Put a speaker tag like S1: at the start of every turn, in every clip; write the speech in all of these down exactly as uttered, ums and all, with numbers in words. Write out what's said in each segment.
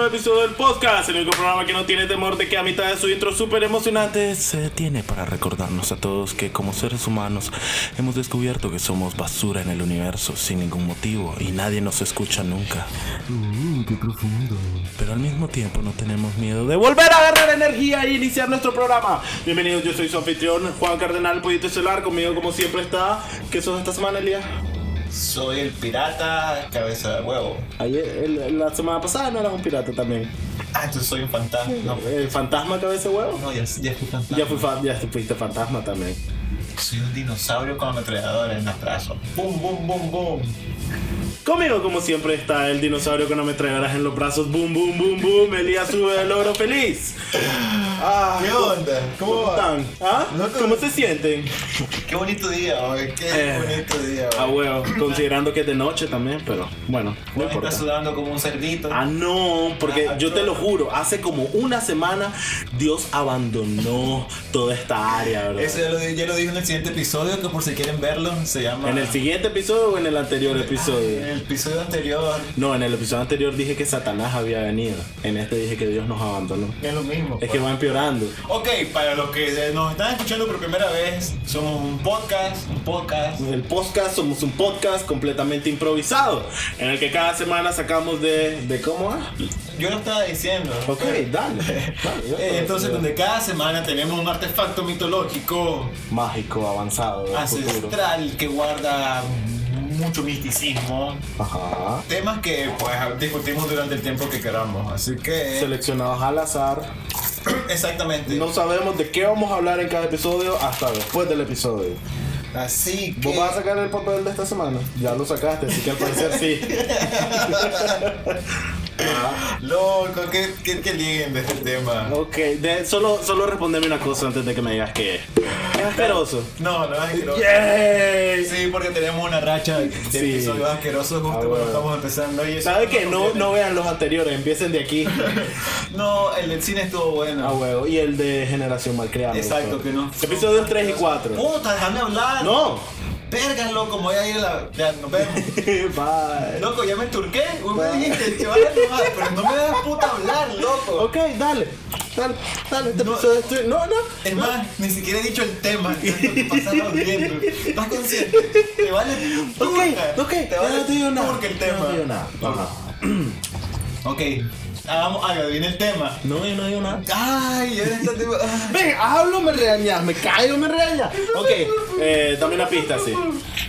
S1: nuevo episodio del podcast, el único programa que no tiene temor de que a mitad de su intro súper emocionante se detiene para recordarnos a todos que como seres humanos hemos descubierto que somos basura en el universo sin ningún motivo y nadie nos escucha nunca.
S2: Uh, qué profundo.
S1: Pero al mismo tiempo no tenemos miedo de volver a agarrar energía e iniciar nuestro programa. Bienvenidos, yo soy su anfitrión, Juan Cardenal, Pollito Estelar. Conmigo como siempre está, ¿qué sos esta semana, Elías?
S3: Soy el pirata cabeza de huevo.
S1: Ayer, el, la semana pasada no eras un pirata también.
S3: Ah, entonces soy un fantasma. No,
S1: ¿El fantasma cabeza de huevo?
S3: no ya, ya fui fantasma.
S1: Ya, fui fa- ya fuiste fantasma también.
S3: Soy un dinosaurio con ametralladora en los brazos. Boom, boom, boom, boom.
S1: Conmigo como siempre está el dinosaurio con ametralladoras en los brazos. Boom, boom, boom, boom. Elías sube el logro feliz. Ah,
S3: ¿Qué onda? ¿Cómo
S1: ¿Cómo
S3: va?
S1: están? ¿Ah?
S3: No te-
S1: ¿Cómo se sienten?
S3: Qué bonito día, hoy. Qué
S1: Eh,
S3: bonito día,
S1: Ah,
S3: hoy.
S1: huevo, considerando que es de noche también, pero bueno, no
S3: Juan
S1: importa.
S3: está sudando como un cerdito.
S1: Ah, no, porque
S3: Ah,
S1: yo te
S3: no.
S1: lo juro, hace como una semana Dios abandonó toda esta área, ¿verdad?
S3: Eso ya lo, di- ya lo dije en el siguiente episodio, que por si quieren verlo, se llama...
S1: ¿En el siguiente episodio o en el anterior
S3: En
S1: episodio?
S3: el episodio anterior.
S1: No, en el episodio anterior dije que Satanás había venido. En este dije que Dios nos abandonó.
S3: Es lo mismo.
S1: Es que va empeorando.
S3: Ok, para los que nos están escuchando por primera vez, somos un podcast, un podcast.
S1: El podcast somos un podcast completamente improvisado, en el que cada semana sacamos de... ¿De cómo es?
S3: Yo lo estaba diciendo.
S1: Ok, dale. dale yo
S3: Eh, Entonces,
S1: estoy-
S3: donde cada semana tenemos un artefacto mitológico
S1: Mágico, avanzado, del futuro.
S3: ancestral que guarda mucho misticismo,
S1: Ajá.
S3: temas que pues discutimos durante el tiempo que queramos. Así que,
S1: Seleccionados al azar.
S3: exactamente.
S1: No sabemos de qué vamos a hablar en cada episodio hasta después del episodio.
S3: Así que.
S1: ¿Vos vas a sacar el papel de esta semana? Ya lo sacaste, así que al parecer sí.
S3: Loco, qué, qué, qué lindo este tema.
S1: Ok, de- solo, solo respondeme una cosa antes de que me digas que es. Es asqueroso.
S3: No, no es asqueroso.
S1: ¡Yay!
S3: Sí, porque tenemos una racha de
S1: Sí.
S3: episodios asquerosos justo
S1: Ah,
S3: cuando
S1: bueno.
S3: estamos empezando. Y eso
S1: ¿Sabes qué? No,
S3: conviene.
S1: no vean los anteriores, empiecen de aquí.
S3: No, el del cine estuvo bueno.
S1: Ah, huevo. Y el de Generación Malcriada.
S3: Exacto, que no.
S1: Episodios tres y cuatro.
S3: Puta, déjame hablar.
S1: No.
S3: Verga, loco, me voy a ir a la. Ya, nos vemos.
S1: Bye.
S3: Loco, ya me turqué. Uy, me
S1: Bye.
S3: dijiste, te vas a enojar, pero no me das puta hablar, loco.
S1: Ok, dale. Dale, dale. Este
S3: No.
S1: episodio estoy... No, no.
S3: Es más, ni siquiera he dicho el tema. Entonces te pasas viendo. ¿Estás consciente? Te vale.
S1: Ok,
S3: turca.
S1: ok.
S3: Te
S1: Ya
S3: vale
S1: no te digo nada.
S3: turca el
S1: Ya
S3: tema.
S1: no te digo nada. Ajá.
S3: Ok, hagamos algo, viene el tema.
S1: No, yo no digo nada.
S3: Ay, ahora está el tema. Ay.
S1: Ven, hablo, me regañas, me caigo, me regañas. Ok, eh, dame una pista, sí.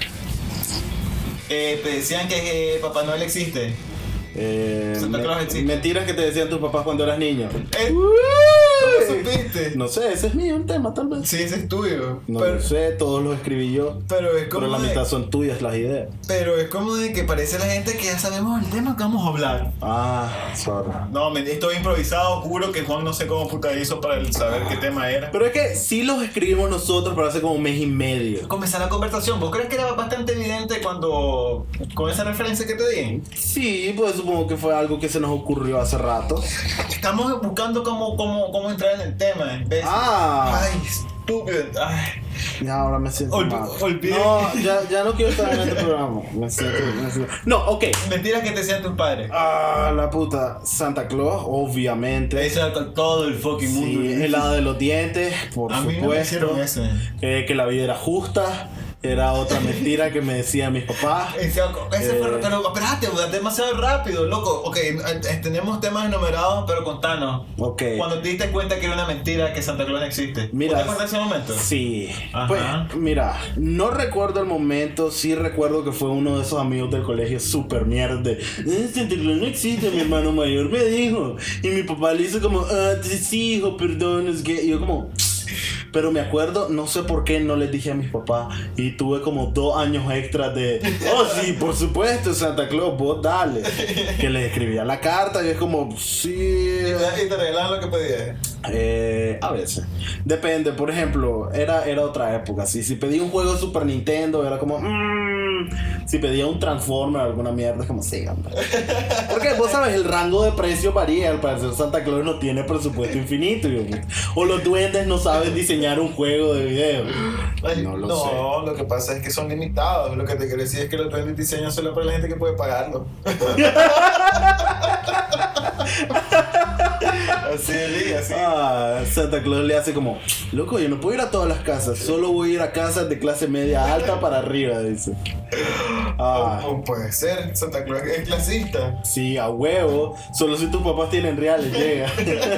S3: Eh, te decían que eh, Papá Noel existe.
S1: Eh,
S3: Santa
S1: me-
S3: Claus existe.
S1: mentiras que te decían tus papás cuando eras niño.
S3: Eh, ¿Cómo supiste?
S1: No sé, ese es mío un tema, tal vez.
S3: Sí, ese es tuyo.
S1: No
S3: pero,
S1: lo sé, todos los escribí yo.
S3: pero es como
S1: Pero la
S3: de,
S1: mitad son tuyas las ideas.
S3: pero es como de que parece la gente que ya sabemos el tema que vamos a hablar.
S1: Ah, sorry.
S3: No, me estoy improvisado, juro que Juan no sé cómo puta hizo para el saber qué tema era.
S1: Pero es que sí los escribimos nosotros, pero hace como un mes y medio.
S3: Comenzar la conversación, ¿vos crees que era bastante evidente cuando con esa referencia que te di?
S1: Sí, pues supongo que fue algo que se nos ocurrió hace rato.
S3: Estamos buscando cómo, cómo, cómo entrar en el tema, en vez.
S1: Ah.
S3: Ay, estúpido. Ay.
S1: Ya ahora me siento
S3: Ol-
S1: mal.
S3: olvidé.
S1: No, ya, ya no quiero estar en este programa. Me siento, me siento- No, ok.
S3: Mentiras que te decían tus padres.
S1: Ah, la puta. Santa Claus, obviamente.
S3: Eso con todo el fucking mundo.
S1: Sí, helado de los dientes, por
S3: A mí no me
S1: supuesto.
S3: hicieron ese.
S1: Eh, que la vida era justa. Era otra mentira que me decían mis papás.
S3: Ese, ese
S1: Eh.
S3: fue, pero espérate, es demasiado rápido, loco. Ok, eh, eh, tenemos temas enumerados, pero contanos.
S1: Ok.
S3: Cuando te diste cuenta que era una mentira que Santa Claus no existe.
S1: Mira,
S3: ¿Te acuerdas de ese momento?
S1: Sí.
S3: Ajá.
S1: Pues, mira, no recuerdo el momento, sí recuerdo que fue uno de esos amigos del colegio super mierda de "Eh, Santa Claus no existe, mi hermano mayor me dijo. Y mi papá le hizo como, ah, sí, hijo, perdón, es que. Y yo como. Pero me acuerdo, no sé por qué no les dije a mis papás. Y tuve como dos años extras de, oh sí, por supuesto, Santa Claus, vos dale. Que les escribía la carta y es como, sí.
S3: Y te, y te regalaban lo que pedías.
S1: Eh, a veces. Depende, por ejemplo, era, era otra época. Si, si pedía un juego de Super Nintendo, era como, mmm. Si pedía un Transformer o alguna mierda, es como, sí, hombre. Porque vos sabes, el rango de precio varía. Al parecer, Santa Claus no tiene presupuesto infinito. Yo, o los duendes no saben diseñar un juego de video.
S3: Ay,
S1: No lo
S3: no,
S1: sé.
S3: lo que pasa es que son limitados. Lo que te quiero decir es que los duendes diseñan solo para la gente que puede pagarlo. Así de liga, así.
S1: Ah, Santa Claus le hace como, loco, yo no puedo ir a todas las casas, solo voy a ir a casas de clase media alta para arriba, dice. Ah,
S3: O puede ser, Santa Claus es clasista.
S1: sí, a huevo, solo si tus papás tienen reales llega.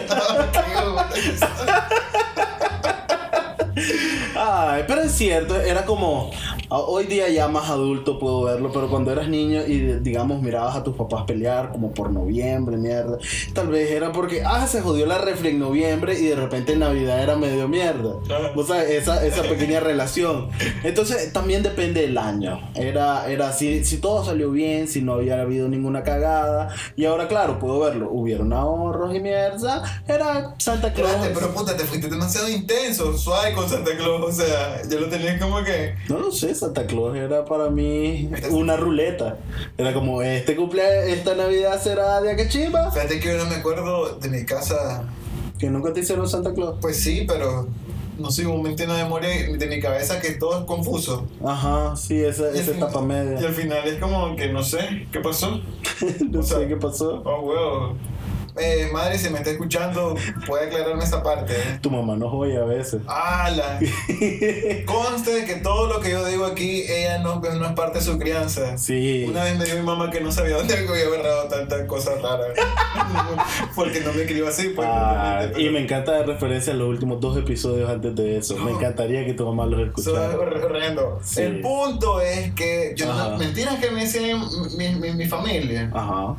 S1: Ay, pero es cierto, era como, hoy día ya más adulto puedo verlo, pero cuando eras niño y digamos mirabas a tus papás pelear como por noviembre, mierda, tal vez era porque, ah, se jodió la refri en noviembre y de repente en Navidad era medio mierda. O sea, esa, esa pequeña relación. Entonces también depende del año. Era, era si, si todo salió bien, si no había habido ninguna cagada. Y ahora, claro, puedo verlo. Hubieron ahorros y mierda. Era Santa Claus.
S3: Espérate, pero puta, te fuiste demasiado intenso, suave con Santa Claus. O sea, yo lo tenía como que.
S1: No lo sé, Santa Claus era para mí una ruleta. Era como, este cumpleaños, esta Navidad será de Acachimba.
S3: Fíjate que yo no me acuerdo de mi casa.
S1: Que nunca te hicieron Santa Claus.
S3: Pues sí, pero no sé, un momento en la memoria de mi cabeza que todo es confuso.
S1: Ajá, sí, esa,
S3: Y al
S1: esa
S3: final-
S1: etapa
S3: Y
S1: media.
S3: al final es como que no sé, ¿qué pasó?
S1: No
S3: o sea,
S1: sé qué pasó.
S3: Oh, huevo. Eh, madre, si me está escuchando, puede aclararme esa parte. ¿eh?
S1: Tu mamá no joya a veces.
S3: ¡Hala! Conste de que todo lo que yo digo aquí, ella no, no es parte de su crianza.
S1: Sí.
S3: Una vez me dijo mi mamá que no sabía dónde había agarrado tantas cosas raras. Porque no me crió así. Pues,
S1: Ah,
S3: pero-
S1: y me encanta dar referencia a los últimos dos episodios antes de eso. Me encantaría que tu mamá los
S3: Eso es
S1: escuchara.
S3: horrendo.
S1: Sí.
S3: El punto es que yo
S1: Ajá.
S3: no, mentiras que me decían mi, mi, mi familia.
S1: Ajá.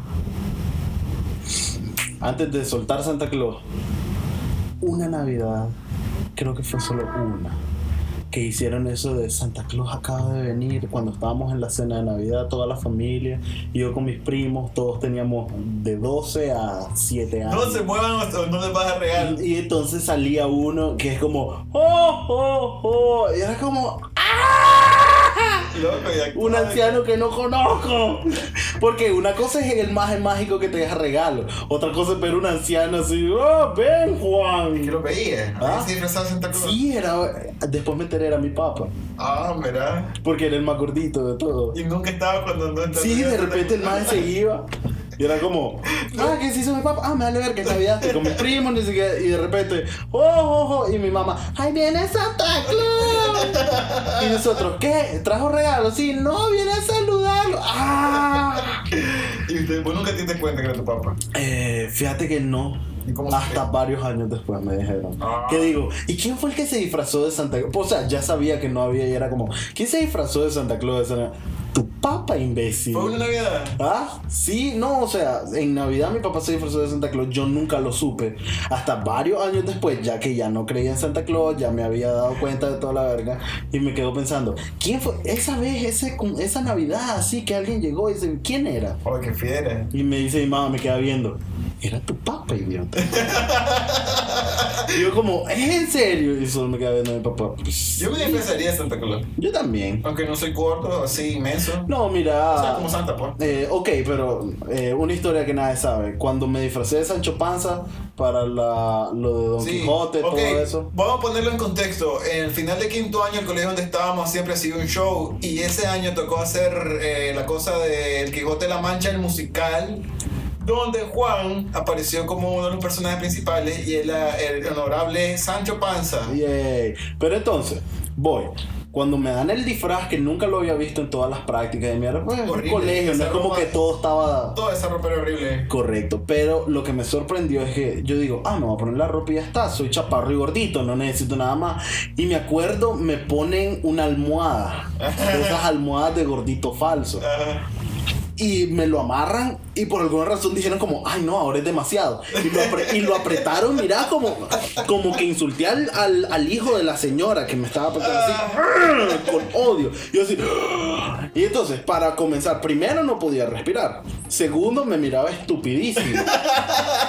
S1: Antes de soltar Santa Claus, una Navidad, creo que fue solo una, que hicieron eso de Santa Claus acaba de venir. Cuando estábamos en la cena de Navidad, toda la familia, y yo con mis primos, todos teníamos de doce a siete años.
S3: No se muevan o no les vas a regalar.
S1: Y entonces salía uno que es como, ¡oh, oh, oh! Y era como,
S3: Loco, y actúa
S1: un
S3: de-
S1: anciano que no conozco. Porque una cosa es el maje mágico que te deja regalo. Otra cosa es ver un anciano así, ¡oh, ven, Juan!
S3: Que lo veía.
S1: ¿Ah?
S3: ¿Sí disfrazado de Santa Claus?
S1: Sí, era. Después me enteré, era mi papá.
S3: Ah, mira.
S1: Porque era el más gordito de todo.
S3: Y nunca estaba cuando no entró.
S1: Sí, de repente el maje se iba. Y era como, ah, ¿qué se hizo mi papá? Ah, me vale ver que es Navidad, estoy con mis primos, ni siquiera. Y de repente, oh, oh, oh. Y mi mamá, ¡ay, viene Santa Claus! Y nosotros, ¿qué? ¿Trajo regalo? Sí, no, viene a saludarlo. ¡Ah!
S3: Y usted, vos nunca te diste cuenta que era tu papá.
S1: Eh, fíjate que no.
S3: ¿Y cómo se
S1: Hasta
S3: fue?
S1: varios años después me dijeron.
S3: Ah.
S1: ¿Qué digo? ¿Y quién fue el que se disfrazó de Santa Claus? O sea, ya sabía que no había y era como, ¿quién se disfrazó de Santa Claus? Tu papá, imbécil.
S3: ¿Fue una Navidad?
S1: Ah, sí, no, o sea, en Navidad mi papá se disfrazó de Santa Claus, yo nunca lo supe. Hasta varios años después, ya que ya no creía en Santa Claus, ya me había dado cuenta de toda la verga y me quedo pensando, ¿quién fue? Esa vez, ese, esa Navidad, así que alguien llegó y dice, ¿quién era?
S3: Oh, qué fiera.
S1: Y me dice mi mamá, me queda viendo, era tu papá, idiota. Y yo como, ¿es en serio? Y solo me queda viendo a mi papá. Pues,
S3: Yo me disfrazaría de Santa Claus.
S1: yo también.
S3: Aunque no soy gordo, así inmenso.
S1: No, mira.
S3: O sea, como Santa, pues.
S1: Eh, ok, pero eh, una historia que nadie sabe. Cuando me disfracé de Sancho Panza para la, lo de Don
S3: Sí,
S1: Quijote,
S3: ok,
S1: todo eso.
S3: Vamos a ponerlo en contexto. En el final de quinto año, el colegio donde estábamos siempre ha sido un show. Y ese año tocó hacer eh, la cosa de El Quijote de la Mancha, el musical. Donde Juan apareció como uno de los personajes principales. Y el, el honorable Sancho Panza.
S1: Yay. Pero entonces, voy. Cuando me dan el disfraz, que nunca lo había visto en todas las prácticas de mierda, pues es un
S3: Horrible,
S1: colegio, no
S3: esa
S1: es como
S3: ropa-
S1: que todo estaba
S3: Toda esa ropa era horrible.
S1: correcto. Pero lo que me sorprendió es que yo digo, ah, me voy a poner la ropa y ya está, soy chaparro y gordito, no necesito nada más. Y me acuerdo, me ponen una almohada, de esas almohadas de gordito falso.
S3: Ajá.
S1: Y me lo amarran y por alguna razón dijeron como, ay no, ahora es demasiado. Y lo, apre- y lo apretaron, mira, como, como que insulté al, al, al hijo de la señora que me estaba apretando así, con odio. Y yo así, y entonces, para comenzar, primero no podía respirar. Segundo, me miraba estupidísimo.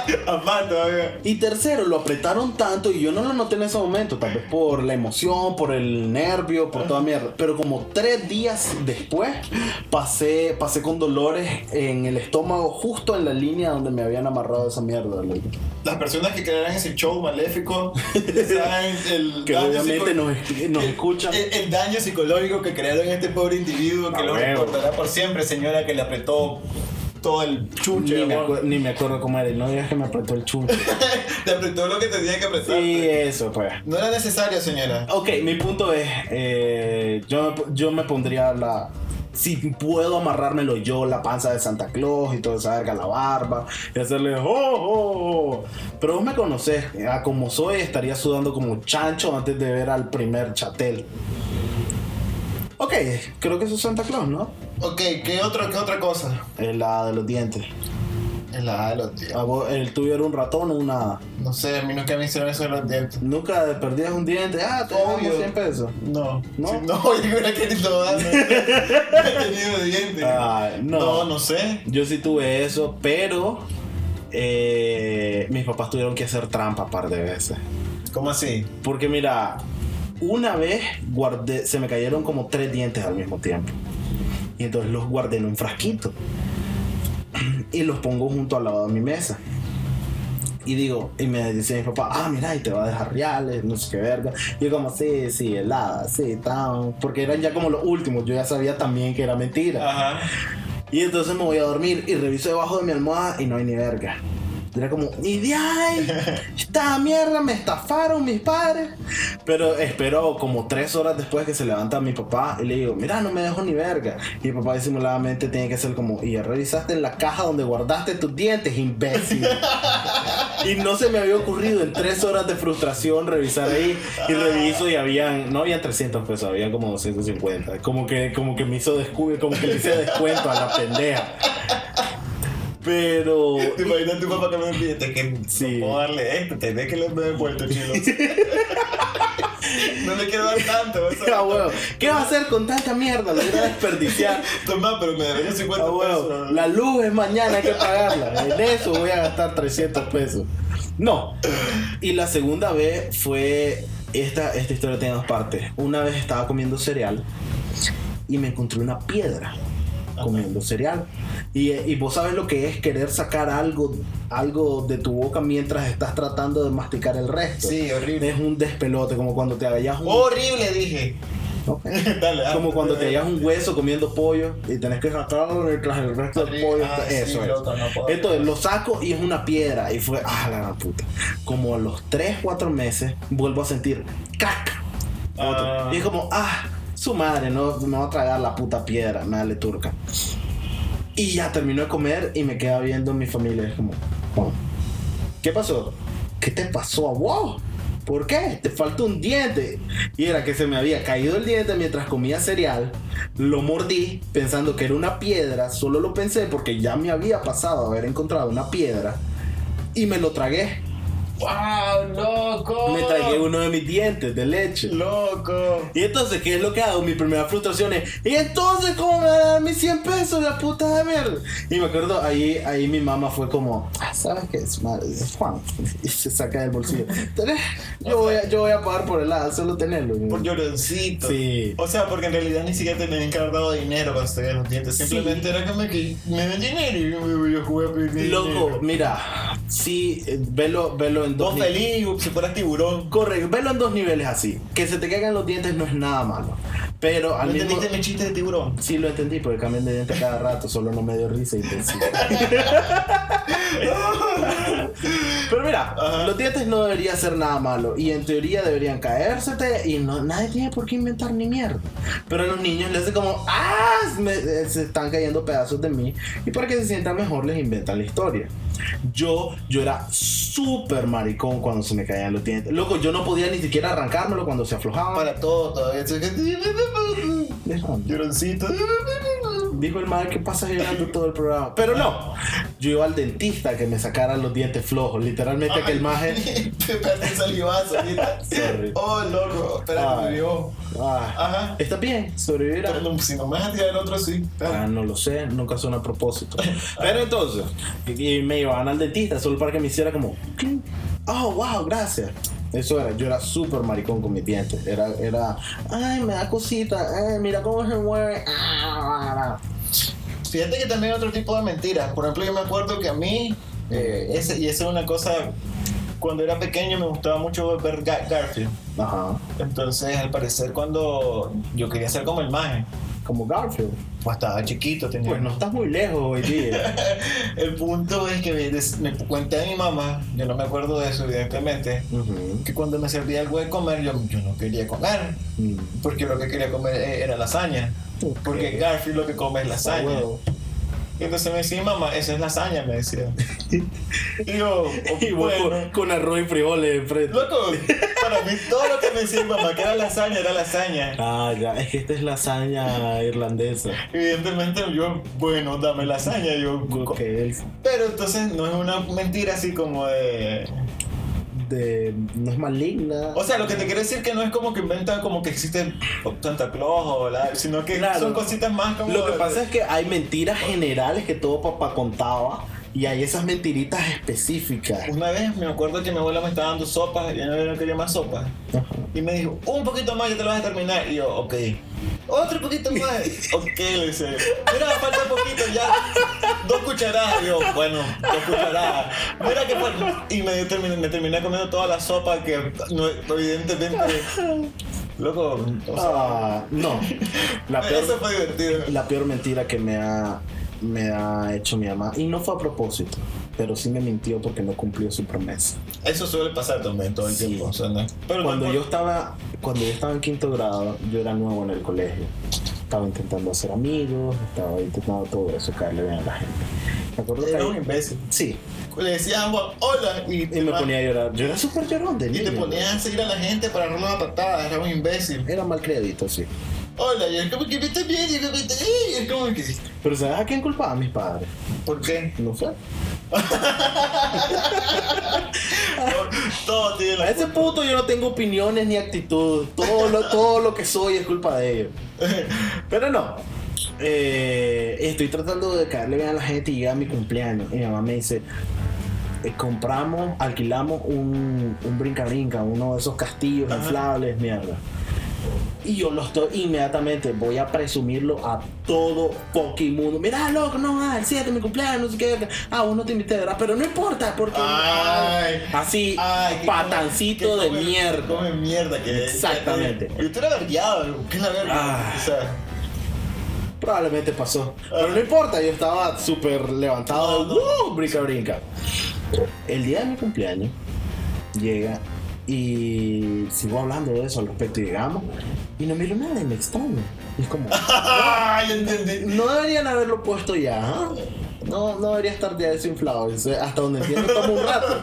S3: A más todavía.
S1: Y tercero, lo apretaron tanto y yo no lo noté en ese momento, tal vez por la emoción, por el nervio, por toda mierda. Pero como tres días después, pasé, pasé con dolores en el estómago, justo en la línea donde me habían amarrado esa mierda. Loco.
S3: Las personas que crearán ese show maléfico saben el
S1: Que
S3: daño
S1: obviamente
S3: psico-
S1: nos, nos escuchan.
S3: el, el daño psicológico que crearon este pobre individuo que
S1: A
S3: lo
S1: huevo.
S3: recordará por siempre, señora, que le apretó todo el chuche.
S1: Ni me,
S3: amor.
S1: acuer- ni me acuerdo cómo era, no digas que me apretó el chunche.
S3: Le apretó lo que tenía que apretar.
S1: Sí, eso pues.
S3: No era necesario, señora.
S1: Ok, mi punto es, eh, yo, me- yo me pondría la... Si puedo amarrármelo yo, la panza de Santa Claus y todo esa verga, la barba, y hacerle oh, oh, oh. Pero vos me conocés, a como soy, estaría sudando como chancho antes de ver al primer chatel. Ok, creo que eso es Santa Claus, ¿no?
S3: Ok, ¿qué, otro, qué otra cosa?
S1: Eh, La de los dientes.
S3: Es la de los dientes.
S1: ¿A vos- ¿El tuyo era un ratón o una...?
S3: No sé, a mí nunca me hicieron eso de los dientes.
S1: Nunca perdías un diente, ah, te damos
S3: Obvio.
S1: cien pesos.
S3: No.
S1: ¿No?
S3: Sí, no, yo hubiera querido dar. No he tenido dientes.
S1: Ah, no.
S3: No, no sé.
S1: Yo sí tuve eso, pero eh, mis papás tuvieron que hacer trampa un par de veces.
S3: ¿Cómo así?
S1: Porque mira, una vez guardé, se me cayeron como tres dientes al mismo tiempo. Y entonces los guardé en un frasquito. Y los pongo junto al lado de mi mesa. Y digo, y me dice mi papá, ah, mira, y te va a dejar reales, no sé qué verga. Y yo como, sí, sí, helada, sí, tan. Porque eran ya como los últimos, yo ya sabía también que era mentira.
S3: Ajá.
S1: Y entonces me voy a dormir y reviso debajo de mi almohada y no hay ni verga. Era como, y de ahí, esta mierda, me estafaron mis padres. Pero espero como tres horas después que se levanta mi papá y le digo, mira, no me dejo ni verga. Y mi papá disimuladamente tiene que ser como, y ya revisaste en la caja donde guardaste tus dientes, imbécil. Y no se me había ocurrido en tres horas de frustración revisar ahí. Y reviso y habían, no habían trescientos pesos, habían como doscientos cincuenta. Como que, como que me hizo descubre, como que le hice descuento a la pendeja. Pero...
S3: ¿Te imaginas tu papá que me pide que
S1: Sí.
S3: no puedo darle esto? Tenés que le he devuelto, chilo. No le quiero dar tanto. Eso.
S1: Ah, huevo. ¿Qué vas a hacer con tanta mierda? Lo voy a desperdiciar.
S3: Toma, pero me debería cincuenta
S1: Ah, huevo.
S3: pesos.
S1: La luz es mañana, hay que pagarla. En eso voy a gastar trescientos pesos. No. Y la segunda vez fue... Esta, esta historia tiene dos partes. Una vez estaba comiendo cereal y me encontré una piedra comiendo cereal. Y, y vos sabes lo que es querer sacar algo, algo de tu boca mientras estás tratando de masticar el resto.
S3: Sí, horrible.
S1: Es un despelote, como cuando te hallas un...
S3: Horrible, dije.
S1: Ok.
S3: Dale, ah,
S1: Como cuando te
S3: dale.
S1: hallas un hueso comiendo pollo y tenés que sacarlo mientras el resto del pollo
S3: Ah,
S1: está...
S3: sí,
S1: Eso es.
S3: loco, no puedo.
S1: Entonces lo saco y es una piedra. Y fue, ah, la gran puta. Como a los tres, cuatro meses vuelvo a sentir caca. Otro.
S3: Ah.
S1: Y es como, ah, su madre, no me va a tragar la puta piedra, me dale turca. Y ya termino de comer y me queda viendo mi familia. Es como, oh, ¿qué pasó? ¿Qué te pasó a vos? ¿Por qué? Te falta un diente. Y era que se me había caído el diente mientras comía cereal. Lo mordí pensando que era una piedra. Solo lo pensé porque ya me había pasado haber encontrado una piedra. Y me lo tragué.
S3: ¡Wow, loco!
S1: Me tragué uno de mis dientes de leche.
S3: ¡Loco!
S1: Y entonces, ¿qué es lo que hago? Mi primera frustración es, ¿y entonces cómo me van a dar mis cien pesos, la puta de mierda? Y me acuerdo, ahí, ahí mi mamá fue como, ah, ¿sabes qué es, madre? Juan. Y se saca del bolsillo. "Tenés, Yo voy a, yo voy a pagar por helado, solo tenerlo.
S3: Por lloroncito.
S1: Sí.
S3: O sea, porque en realidad ni siquiera tenían que haber dado dinero para sacar los dientes. Simplemente era que me, que me den dinero y yo, yo jugué a pedir
S1: Loco,
S3: dinero.
S1: mira, sí, eh, velo, velo en dos
S3: Vos
S1: niveles.
S3: feliz, si fueras tiburón.
S1: Correcto, velo en dos niveles así. Que se te caigan los dientes no es nada malo. Pero al
S3: ¿No
S1: mismo
S3: entendiste mi chiste de tiburón?
S1: Sí lo entendí porque cambian de diente cada rato, solo no me dio risa y pensé. Pero mira,
S3: Ajá.
S1: los dientes no deberían ser nada malo y en teoría deberían caérsete y no, nadie tiene por qué inventar ni mierda. Pero a los niños les hace como, ¡ah! Me- eh, se están cayendo pedazos de mí y para que se sientan mejor les inventan la historia. Yo, yo era súper maricón cuando se me caían los dientes. Loco, yo no podía ni siquiera arrancármelo cuando se aflojaban.
S3: Para todo, todavía.
S1: Déjame.
S3: Lloroncito.
S1: Dijo el man que pasa llegando todo el programa. Pero no, yo iba al dentista que me sacara los dientes flojos. Literalmente que el maje.
S3: Te perdí el salivazo ahorita.
S1: Sorry.
S3: Oh, loco. Espera,
S1: Ay.
S3: me dio.
S1: Ah,
S3: Ajá.
S1: ¿está bien? ¿Sobrevivirá?
S3: Pero no, si no me dejas tirar el otro, sí.
S1: Ah, no lo sé, nunca suena a propósito. Pero entonces, y me llevaban al dentista solo para que me hiciera como. Oh, wow, gracias. Eso era, yo era súper maricón con mis dientes. Era, era, ay, me da cosita, ay, mira cómo se mueve. Ah,
S3: Fíjate que también hay otro tipo de mentiras. Por ejemplo, yo me acuerdo que a mí, eh, ese, y esa es una cosa, cuando era pequeño me gustaba mucho ver Gar- Garfield.
S1: Ajá,
S3: Entonces, al parecer, cuando yo quería ser como el maje,
S1: como Garfield.
S3: pues estaba chiquito, tenía.
S1: Pues no estás muy lejos hoy día.
S3: El punto es que me, des- me conté a mi mamá, yo no me acuerdo de eso, evidentemente,
S1: Uh-huh.
S3: que cuando me servía algo de comer, yo, yo no quería comer,
S1: Mm.
S3: porque lo que quería comer e- era lasaña. Porque Garfield lo que come es lasaña.
S1: Huevo.
S3: Y entonces me decía, mamá, esa es lasaña, me decía. Y yo, oh,
S1: Y vos
S3: bueno.
S1: con, con arroz y frijoles enfrente.
S3: Loco, para mí todo lo que me decía mi mamá que era lasaña, era lasaña.
S1: Ah, ya, es que esta es lasaña irlandesa.
S3: Evidentemente yo, bueno, dame lasaña, yo.
S1: Ok,
S3: Pero entonces no es una mentira así como de...
S1: de, no es maligna.
S3: O sea, lo que te quiero decir que no es como que inventa como que existe Santa Claus o la, sino que
S1: Claro.
S3: son cositas más como...
S1: Lo que pasa es que hay mentiras generales que todo papá contaba y hay esas mentiritas específicas.
S3: Una vez me acuerdo que mi abuela me estaba dando sopa y yo no quería más sopa.
S1: Ajá.
S3: Y me dijo, un poquito más, ya te lo vas a terminar. Y yo, ok. Otro poquito más. Ok, le dice. Mira, falta poquito, ya. Dos cucharadas. Y yo, bueno, dos cucharadas. Mira que falta. Y me terminé, me terminé comiendo toda la sopa que no, evidentemente. Loco, o sea,
S1: Ah, no. La
S3: eso
S1: peor,
S3: fue divertido.
S1: la peor mentira que me ha, me ha hecho mi mamá. Y no fue a propósito, pero sí me mintió porque no cumplió su promesa.
S3: Eso suele pasar también todo el
S1: Sí.
S3: tiempo. O sea, no. Pero
S1: Cuando
S3: no,
S1: yo estaba, cuando yo estaba en quinto grado, yo era nuevo en el colegio. Estaba intentando hacer amigos, estaba intentando todo eso, caerle bien a la gente. Me acuerdo que
S3: era
S1: ahí-
S3: un imbécil.
S1: Sí,
S3: Le decíamos hola y,
S1: y me ponía a llorar. Yo era súper llorón de
S3: y
S1: niño.
S3: te ponías a seguir a la gente para darle una patada. Era un imbécil.
S1: Era mal criadito, sí.
S3: Hola, y es como que me está bien, y es como que, "Ey", es como que,
S1: Pero ¿sabes a quién culpaba? A mis padres.
S3: ¿por qué?
S1: No sé.
S3: Todo tiene
S1: A
S3: la
S1: ese punto yo no tengo opiniones ni actitud. Todo lo, todo lo que soy es culpa de ellos. Pero no. Eh, estoy tratando de caerle bien a la gente y llega mi cumpleaños. Y mi mamá me dice: eh, compramos, alquilamos un, un brinca-brinca, uno de esos castillos
S3: Ajá.
S1: inflables, mierda. Y yo lo estoy inmediatamente, voy a presumirlo a todo fucking mundo. Mira, loco, no, ah, el siete de mi cumpleaños, no sé qué. Ah, vos no te invité, ¿verdad? Pero no importa, porque.
S3: Ay.
S1: así,
S3: Ay, que
S1: patancito
S3: come-
S1: de
S3: que come-
S1: mierda.
S3: que Come mierda, que
S1: Exactamente.
S3: Y usted era vergueado, ¿qué es la verga?
S1: Ah.
S3: O sea,
S1: Probablemente pasó. Pero no importa, yo estaba súper levantado.
S3: No,
S1: de,
S3: no.
S1: ¡Uh! Brinca, brinca. El día de mi cumpleaños llega y sigo hablando de eso al respecto y llegamos y no miro nada y me extraño. Y es como,
S3: ay, entendí.
S1: no deberían haberlo puesto ya. ¿Ah? No, no debería estar ya desinflado. Es- Hasta donde entiendo, toma un rato.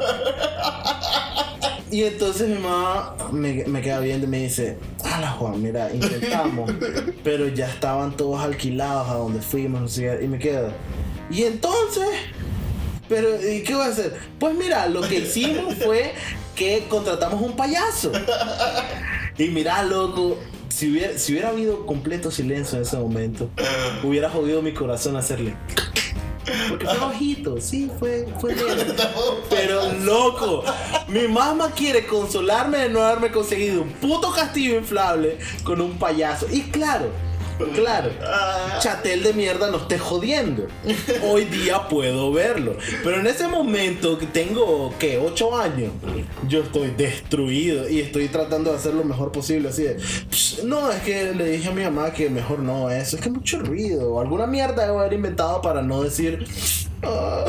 S1: Y entonces mi mamá me, me queda viendo y me dice: ala, Juan, mira, intentamos, pero ya estaban todos alquilados a donde fuimos, no sé qué", y me quedo, y entonces, pero ¿y qué voy a hacer? Pues mira, lo que hicimos fue que contratamos un payaso. Y mira, loco, si hubiera, si hubiera habido completo silencio en ese momento, hubiera jodido mi corazón hacerle. Porque fue bajito, sí, fue, fue bien. Pero loco, mi mamá quiere consolarme de no haberme conseguido un puto castillo inflable con un payaso. Y claro, claro, chatel de mierda, no esté jodiendo. Hoy día puedo verlo. Pero en ese momento que tengo, ¿qué? ocho años, yo estoy destruido y estoy tratando de hacer lo mejor posible. Así de, "Psh, no, es que le dije a mi mamá que mejor no, eso es que mucho ruido. O alguna mierda debo haber inventado para no decir. "Ah".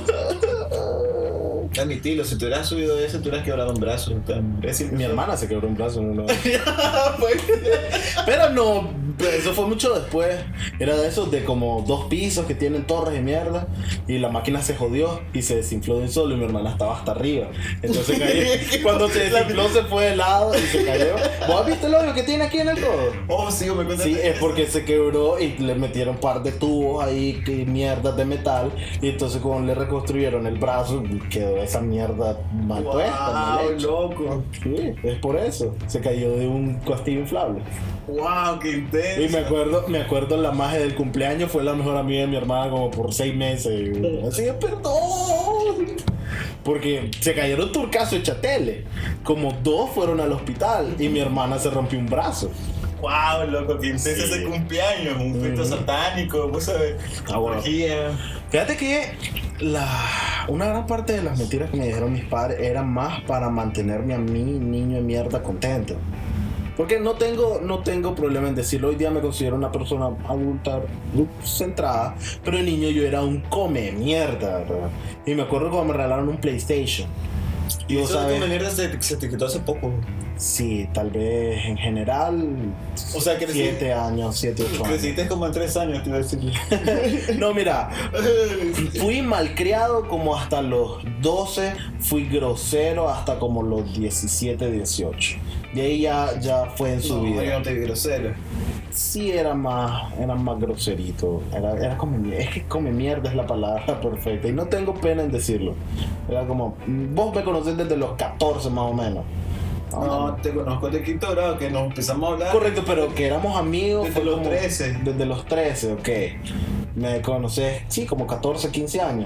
S3: Admitilo, si te hubieras subido eso, te hubieras quebrado un brazo. Tan imbécil.
S1: Mi hermana se quebró un brazo en uno.
S3: Pues,
S1: Pero no Pero eso fue mucho después. Era de esos de como dos pisos que tienen torres y mierda. Y la máquina se jodió y se desinfló de un solo y mi hermana estaba hasta arriba. Entonces cayó. Cuando se desinfló se fue de lado y se cayó. ¿Vos has visto el hoyo que tiene aquí en el codo?
S3: Oh, sí, me cuenta.
S1: Sí, es porque se quebró y le metieron un par de tubos ahí, que mierdas de metal. Y entonces cuando le reconstruyeron el brazo, quedó esa mierda mal
S3: Wow,
S1: puesta, mal hecha.
S3: loco.
S1: Sí, es por eso. Se cayó de un castillo inflable.
S3: Wow, qué intenso.
S1: Y me acuerdo, me acuerdo la magia del cumpleaños, fue la mejor amiga de mi hermana como por seis meses. Así que perdón. Porque se cayeron turcaso y chatele. Como dos fueron al hospital y mi hermana se rompió un brazo.
S3: Wow, loco, qué intenso
S1: Sí.
S3: ese cumpleaños. Un rito
S1: Ujú.
S3: satánico, vos sabés.
S1: Ah, bueno.
S3: Orgía.
S1: Fíjate que la, una gran parte de las mentiras que me dijeron mis padres eran más para mantenerme a mí, niño de mierda, contento. Porque no tengo, no tengo problema en decirlo. Hoy día me considero una persona adulta, centrada. Pero de niño yo era un come mierda, ¿verdad? Y me acuerdo cuando me regalaron un PlayStation.
S3: Y
S1: vos
S3: eso de
S1: sabés-
S3: tu manera se, se te quitó hace poco.
S1: Sí, tal vez en general.
S3: O sea, que
S1: siete años, siete, ocho años.
S3: Creciste como en tres años, te iba a decir.
S1: No, mira, fui malcriado como hasta los doce, fui grosero hasta como los diecisiete, dieciocho. De ahí ya, ya fue en su
S3: No,
S1: vida.
S3: yo no te vi grosero.
S1: Sí, era más, era más groserito. Era, era como, es que come mierda es la palabra perfecta. Y no tengo pena en decirlo. Era como, vos me conocés desde los catorce más o menos.
S3: No, te conozco de quinto grado, que nos empezamos a hablar.
S1: Correcto, pero que éramos amigos.
S3: Desde
S1: fue
S3: los
S1: como-
S3: trece.
S1: Desde los trece, ok. Me conoces, sí, como catorce, quince años.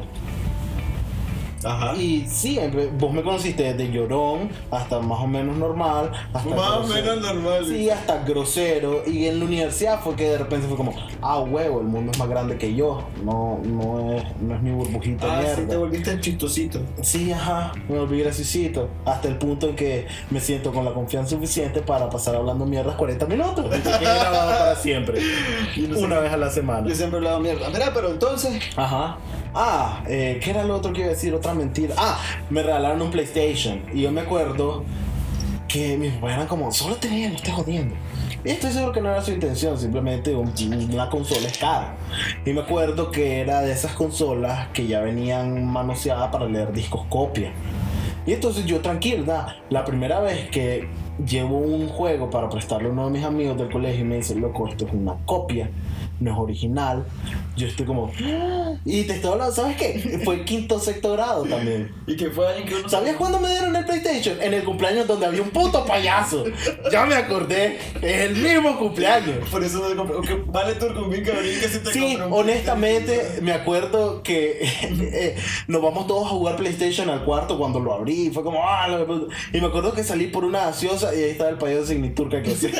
S3: Ajá.
S1: Y sí, empe- vos me conociste desde llorón hasta más o menos normal. Hasta
S3: Más o
S1: grosero.
S3: menos normal.
S1: Sí, hasta grosero. Y en la universidad fue que de repente fue como, ah, huevo, el mundo es más grande que yo. No, no, es, no es mi burbujita
S3: Ah,
S1: mierda.
S3: sí, te volviste chistosito.
S1: Sí, ajá, me volví graciosito. Hasta el punto en que me siento con la confianza suficiente para pasar hablando mierdas cuarenta minutos. Y que quede grabado para siempre.
S3: Yo no sé-
S1: Una vez a la semana.
S3: Yo siempre he hablado mierda. Mira, pero entonces.
S1: Ajá. Ah, eh, ¿qué era lo otro que iba a decir? Otra mentira. Ah, me regalaron un PlayStation. Y yo me acuerdo que mis papás eran como, solo tenía, no estés jodiendo. Y estoy seguro que no era su intención, simplemente un- una consola es cara. Y me acuerdo que era de esas consolas que ya venían manoseadas para leer discos copia. Y entonces yo tranquilo, nada, la primera vez que llevo un juego para prestarle a uno de mis amigos del colegio y me dice, loco, esto es una copia, no es original. Yo estoy como, "Ah". Y te estoy hablando, ¿sabes qué? Fue quinto sexto grado también.
S3: Y que fue alguien que uno.
S1: ¿Sabías cuándo me dieron el PlayStation? En el cumpleaños donde había un puto payaso. Ya me acordé, es el mismo cumpleaños.
S3: Por eso no te compré. Okay, vale, Turco, bien cabrón, que se te
S1: Sí,
S3: compró un
S1: honestamente me acuerdo que eh, nos vamos todos a jugar PlayStation al cuarto cuando lo abrí. Fue como, ah, lo- y me acuerdo que salí por una gaseosa y ahí estaba el payaso sin ni turca que hacía.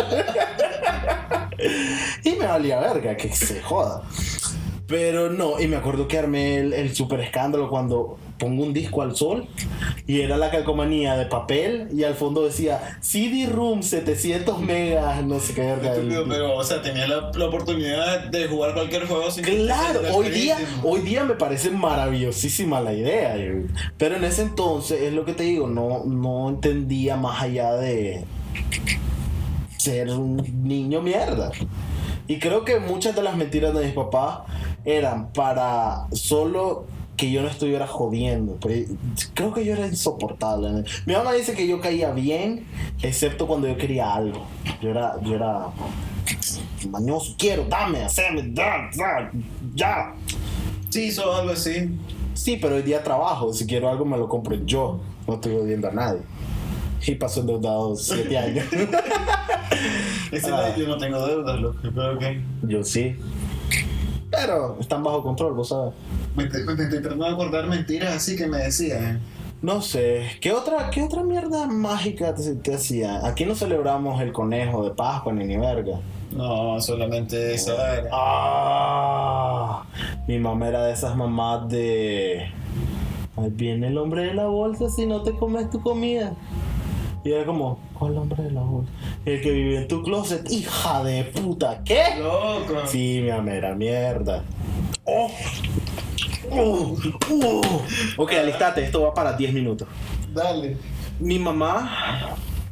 S1: Y me valía verga, que se joda. Pero no, y me acuerdo que armé el, el super escándalo cuando pongo un disco al sol y era la calcomanía de papel y al fondo decía C D ROM setecientos megas, no sé qué verga.
S3: Estúpido, pero, o sea, tenía la, la oportunidad de jugar cualquier juego sin.
S1: Claro,
S3: sin
S1: hoy día,
S3: rapidísimo.
S1: hoy día me parece maravillosísima la idea, yo. Pero en ese entonces es lo que te digo, no, no entendía más allá de ser un niño mierda. Y creo que muchas de las mentiras de mis papás eran para solo que yo no estuviera jodiendo. Pues, creo que yo era insoportable. Mi mamá dice que yo caía bien, excepto cuando yo quería algo. Yo era, yo era mañoso, quiero, dame, haceme, da, da, ya.
S3: Sí, hizo algo así.
S1: Sí, pero hoy día trabajo, si quiero algo me lo compro yo, no estoy jodiendo a nadie. Y pasó endeudado siete años.
S3: Ese
S1: Ah.
S3: Yo no tengo deudas, loco. Pero que.
S1: Yo sí. Pero están bajo control, vos sabes.
S3: Me, te- me estoy tratando de acordar mentiras así que me decían.
S1: No sé, ¿qué otra, qué otra mierda mágica te, te hacía? Aquí no celebramos el conejo de Pascua ni ni verga.
S3: No, solamente esa era.
S1: Ah, mi mamá era de esas mamás de... Ahí viene el hombre de la bolsa si no te comes tu comida. Y era como, ¿cuál hombre de la bolsa? El que vive en tu closet, hija de puta, ¿qué?
S3: Loco.
S1: Sí, mi mamá era mierda. Oh. Uh, uh. Ok, alistate, esto va para diez minutos.
S3: Dale.
S1: Mi mamá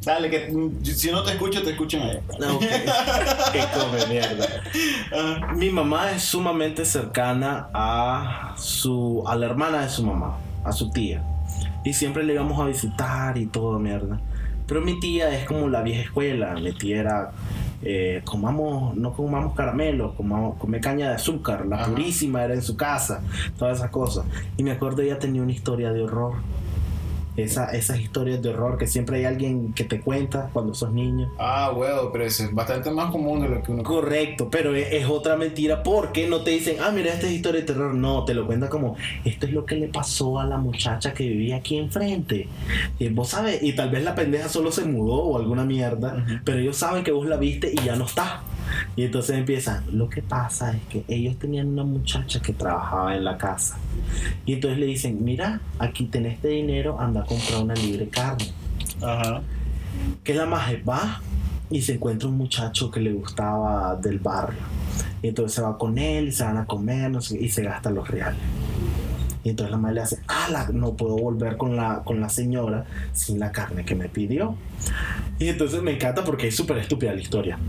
S3: Dale, que si no te escucho, te escuchan a ella.
S1: No, que, que come mierda.
S3: Ah,
S1: Mi mamá es sumamente cercana a su a la hermana de su mamá, a su tía. Y siempre le íbamos a visitar y todo mierda. Pero mi tía es como la vieja escuela. Mi tía era eh, comamos, no comamos caramelos, comamos, come caña de azúcar, la
S3: Ajá.
S1: purísima era en su casa, todas esas cosas. Y me acuerdo ella tenía una historia de horror. Esa, esas historias de horror que siempre hay alguien que te cuenta cuando sos niño.
S3: ah, huevo, pero eso es bastante más común de lo que uno...
S1: Correcto, pero es, es otra mentira porque no te dicen, ah, mira, esta es historia de terror. No, te lo cuenta como, esto es lo que le pasó a la muchacha que vivía aquí enfrente. Y vos sabes, y tal vez la pendeja solo se mudó o alguna mierda,
S3: Uh-huh.
S1: pero ellos saben que vos la viste y ya no está. Y entonces empiezan, lo que pasa es que ellos tenían una muchacha que trabajaba en la casa. Y entonces le dicen, mira, aquí tenés este dinero, anda a comprar una libre carne.
S3: Ajá.
S1: Que la maje va y se encuentra un muchacho que le gustaba del barrio. Y entonces se va con él y se van a comer, no sé, y se gastan los reales. Y entonces la madre le hace, ah, la, no puedo volver con la, con la señora sin la carne que me pidió. Y entonces me encanta porque es súper estúpida la historia.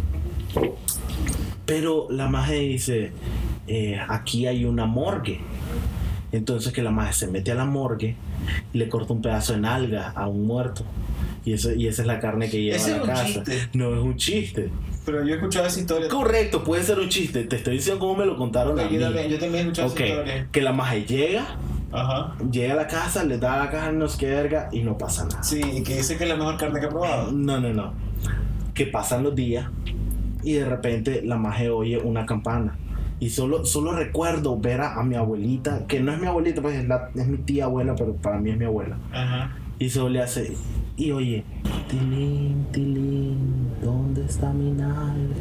S1: Pero la maje dice, eh, aquí hay una morgue. Entonces que la maje se mete a la morgue y le corta un pedazo de nalga a un muerto. Y, eso, y esa es la carne que lleva
S3: Ese
S1: a la
S3: es un
S1: casa.
S3: chiste.
S1: No es un chiste.
S3: Pero yo he escuchado esa historia.
S1: Correcto, puede ser un chiste. Te estoy diciendo cómo me lo contaron a mí.
S3: Yo también, yo también he escuchado
S1: Ok,
S3: esa historia.
S1: que la maje llega,
S3: Ajá.
S1: llega a la casa, le da la carne, no sé qué verga, y no pasa nada.
S3: Sí, y que dice que es la mejor carne que he probado.
S1: No, no, no. Que pasan los días y de repente la maje oye una campana. Y solo, solo recuerdo ver a, a mi abuelita, que no es mi abuelita, pues es, la, es mi tía abuela, pero para mí es mi abuela.
S3: Ajá.
S1: Y solo le hace, y oye, tilín, tilín, ¿dónde está mi nalga?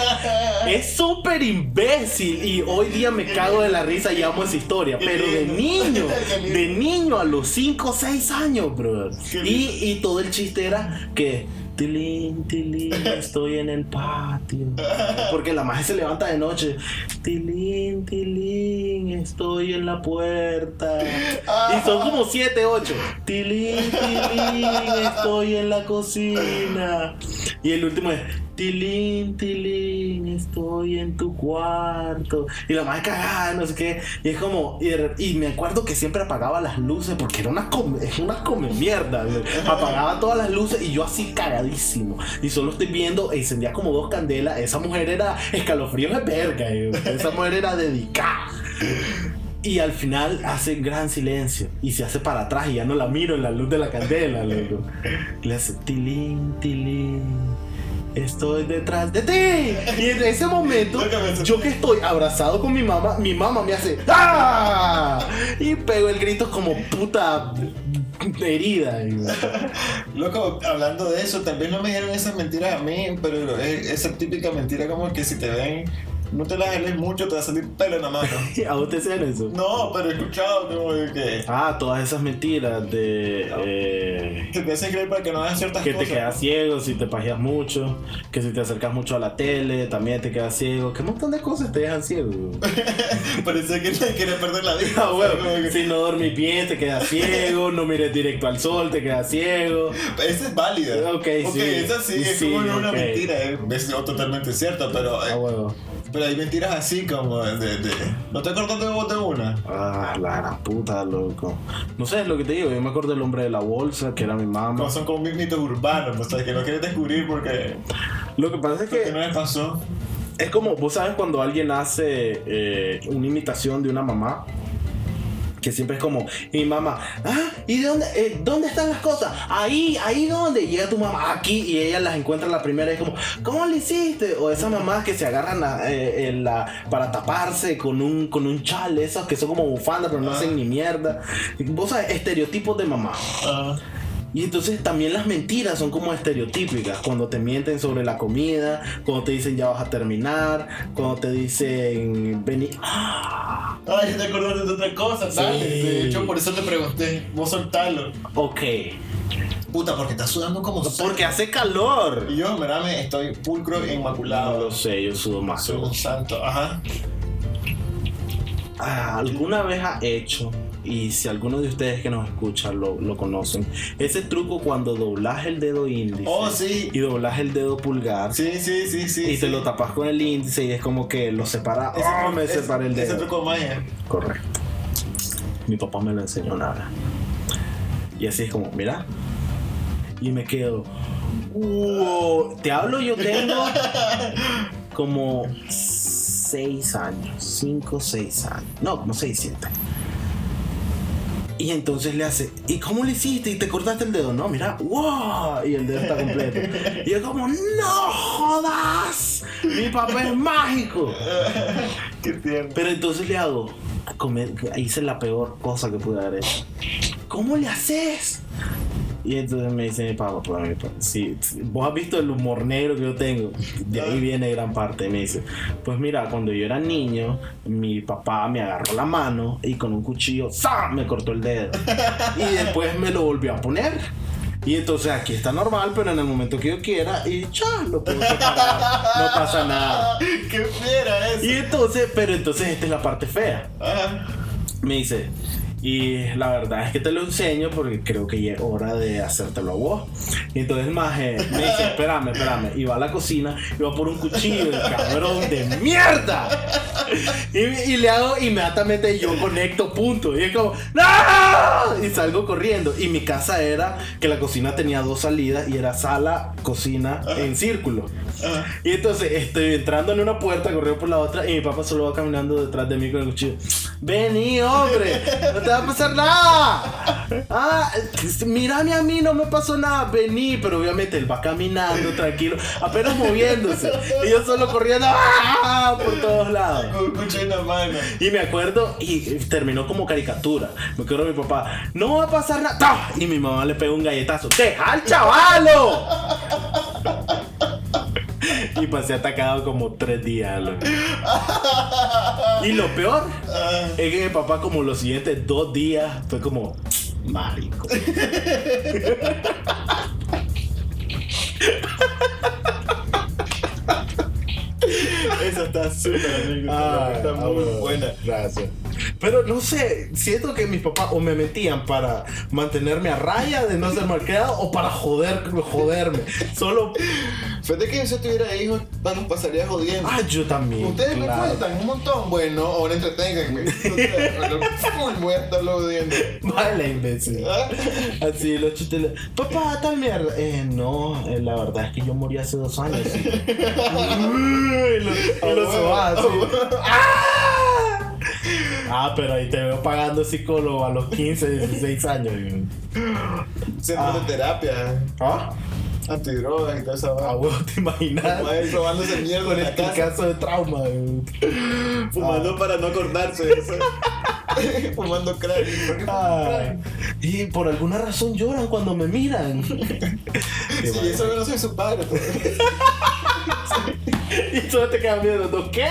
S1: Es súper imbécil y hoy día me cago de la risa y amo esa historia. Pero de niño, de niño a los cinco o seis años, bro. Y, y todo el chiste era que, tilín, tilín, estoy en el patio. Porque la magia se levanta de noche. Tilín, tilín, estoy en la puerta. Y son como siete, ocho. Tilín, tilín, estoy en la cocina. Y el último es, tilín, tilín, estoy en tu cuarto. Y la madre cagada, no sé qué. Y es como, y, de- y me acuerdo que siempre apagaba las luces porque era una come, es una come mierda. güey. Apagaba todas las luces y yo así cagadísimo. Y solo estoy viendo, e encendía como dos candelas. Esa mujer era escalofríos de verga. güey. Esa mujer era dedicada. Y al final hace gran silencio y se hace para atrás y ya no la miro en la luz de la candela, loco. Y le hace tilín, tilín, estoy detrás de ti. Y en ese momento, yo que estoy abrazado con mi mamá, mi mamá me hace ¡ah! Y pego el grito como puta herida.
S3: Loco, hablando de eso, tal vez no me dijeron esas mentiras a mí, pero es esa típica mentira como que si te ven, no te las lees mucho, te va a salir pelo en la mano.
S1: ¿A vos te hacían eso?
S3: No, pero he escuchado como de que
S1: Ah, todas esas mentiras de... Eh...
S3: que te hacen creer para que no hagas ciertas
S1: Que te
S3: cosas.
S1: quedas ciego si te pajeas mucho, que si te acercas mucho a la tele también te quedas ciego, que un montón de cosas te dejan ciego.
S3: Parece que no quieres perder la vida.
S1: Ah, bueno,
S3: Como que-
S1: si no dormís bien te quedas ciego, no mires directo al sol te quedas ciego.
S3: Esa es válida.
S1: Ok, sí.
S3: esa sí, es
S1: Sí,
S3: como una
S1: ok.
S3: mentira, es, es totalmente cierto, pero,
S1: Ah, huevo.
S3: pero hay mentiras así como de, de- ¿No te acuerdas de vos de una?
S1: Ah, la gran puta, loco. No sé, es lo que te digo, yo me acuerdo del hombre de la bolsa, que era mi mamá.
S3: Como son como mitos urbanos, o sea, que no quieres descubrir porque,
S1: Lo que pasa es
S3: porque
S1: que
S3: no les pasó.
S1: es como, vos sabes cuando alguien hace eh, una imitación de una mamá, que siempre es como, y mi mamá, ah, ¿y de dónde, eh, dónde están las cosas? Ahí, ahí donde y llega tu mamá, aquí, y ella las encuentra la primera y es como, ¿cómo lo hiciste? O esas mamás que se agarran a, eh, en la, para taparse con un, con un chal, esas que son como bufandas pero no
S3: Ah.
S1: hacen ni mierda. Vos sabes, estereotipos de mamá.
S3: Ah.
S1: Y entonces también las mentiras son como estereotípicas. Cuando te mienten sobre la comida, cuando te dicen ya vas a terminar, cuando te dicen vení. ¡Ah!
S3: Ay, te acordaste de otra cosa, ¿sabes?
S1: Sí.
S3: De hecho, por eso te pregunté, vos soltalo.
S1: Ok.
S3: Puta, porque estás sudando como
S1: Porque hace calor.
S3: Y yo, mira, me estoy pulcro e
S1: No
S3: inmaculado.
S1: lo sé, yo sudo más.
S3: Soy un santo, ajá.
S1: Ah, ¿alguna vez has hecho y si alguno de ustedes que nos escucha lo, lo conocen, ese truco cuando doblas el dedo índice
S3: Oh, sí.
S1: y doblas el dedo pulgar
S3: Sí, sí, sí, sí.
S1: y
S3: sí.
S1: te lo tapas con el índice y es como que lo separa.
S3: Ese
S1: ¡Oh,
S3: truco-
S1: me
S3: ese-
S1: separa el dedo!
S3: Ese truco de magia.
S1: Correcto. Mi papá me lo enseñó nada. Y así es como, mira. Y me quedo. Wow. Te hablo, yo tengo como seis años. Cinco, seis años. No, como seis, siete. Y entonces le hace, ¿y cómo lo hiciste? ¿Y te cortaste el dedo? No, mira, wow. Y el dedo está completo. Y yo como, ¡no jodas! Mi papá es mágico.
S3: Qué tierno.
S1: Pero entonces le hago, comer, hice la peor cosa que pude haber hecho. ¿Cómo le haces? Y entonces me dice mi papá, pues, mi papá, sí, vos has visto el humor negro que yo tengo, de ahí viene gran parte. Y me dice, pues mira, cuando yo era niño, mi papá me agarró la mano y con un cuchillo ¡zam!, me cortó el dedo. Y después me lo volvió a poner. Y entonces aquí está normal, pero en el momento que yo quiera, y ya, lo puedo separar, no pasa nada.
S3: Qué fiera eso.
S1: Y entonces, pero entonces esta es la parte fea.
S3: Ajá.
S1: Me dice, y la verdad es que te lo enseño porque creo que ya es hora de hacértelo a vos. Y entonces el maje me dice, espérame, espérame. Y va a la cocina y va por un cuchillo, el cabrón de mierda. Y, y le hago inmediatamente, yo conecto punto. Y es como, ¡no! Y salgo corriendo. Y mi casa era que la cocina tenía dos salidas y era sala, cocina en círculo. Y entonces estoy entrando en una puerta, corriendo por la otra, y mi papá solo va caminando detrás de mí con el cuchillo. Vení, hombre, no te va a pasar nada. Ah, mírame a mí, no me pasó nada. Vení, pero obviamente él va caminando tranquilo, apenas moviéndose. Y yo solo corriendo ¡ah! Por todos lados.
S3: Con un cuchillo en la mano.
S1: Y me acuerdo, y terminó como caricatura. Me acuerdo de mi papá, no va a pasar nada. ¡Tah! Y mi mamá le pega un galletazo. ¡Deja al chavalo! Y pasé atacado como tres días, loco. Y lo peor es que mi papá, como los siguientes dos días, fue como marico.
S3: Esa está súper anécdota.
S1: Ah,
S3: Está muy
S1: bueno,
S3: buena.
S1: Gracias. Pero no sé, siento que mis papás o me metían para mantenerme a raya de no ser malcriado o para joder, joderme. Solo.
S3: Fíjate que si yo tuviera hijos, nos pasaría jodiendo.
S1: Ah, yo también.
S3: Ustedes me
S1: claro.
S3: cuentan un montón. Bueno, ahora entreténganme. Full voy a estarlo jodiendo.
S1: Vale, imbécil.
S3: ¿Ah?
S1: Así los chistes. le- Papá, tal mierda. Eh, no, eh, la verdad es que yo morí hace dos años. Sí. y lo, y lo sobaba así. ¡Ah! Ah, pero ahí te veo pagando psicólogo a los quince, dieciséis años.
S3: Centro
S1: Ah.
S3: de terapia,
S1: ¿Ah?
S3: antidrogas y toda esa
S1: Ah,
S3: vaina.
S1: huevo, te imaginas.
S3: Como ahí robándose mierda
S1: Con
S3: en la
S1: este
S3: casa.
S1: caso de trauma. güey.
S3: Fumando
S1: Ah.
S3: para no acordarse de eso. Fumando crack. ¿Por qué fuman
S1: Ah,
S3: crack?
S1: y por alguna razón lloran cuando me miran.
S3: Sí, eso yo no soy su padre. Pues.
S1: Y solo te quedan viendo, ¿no? ¿Qué?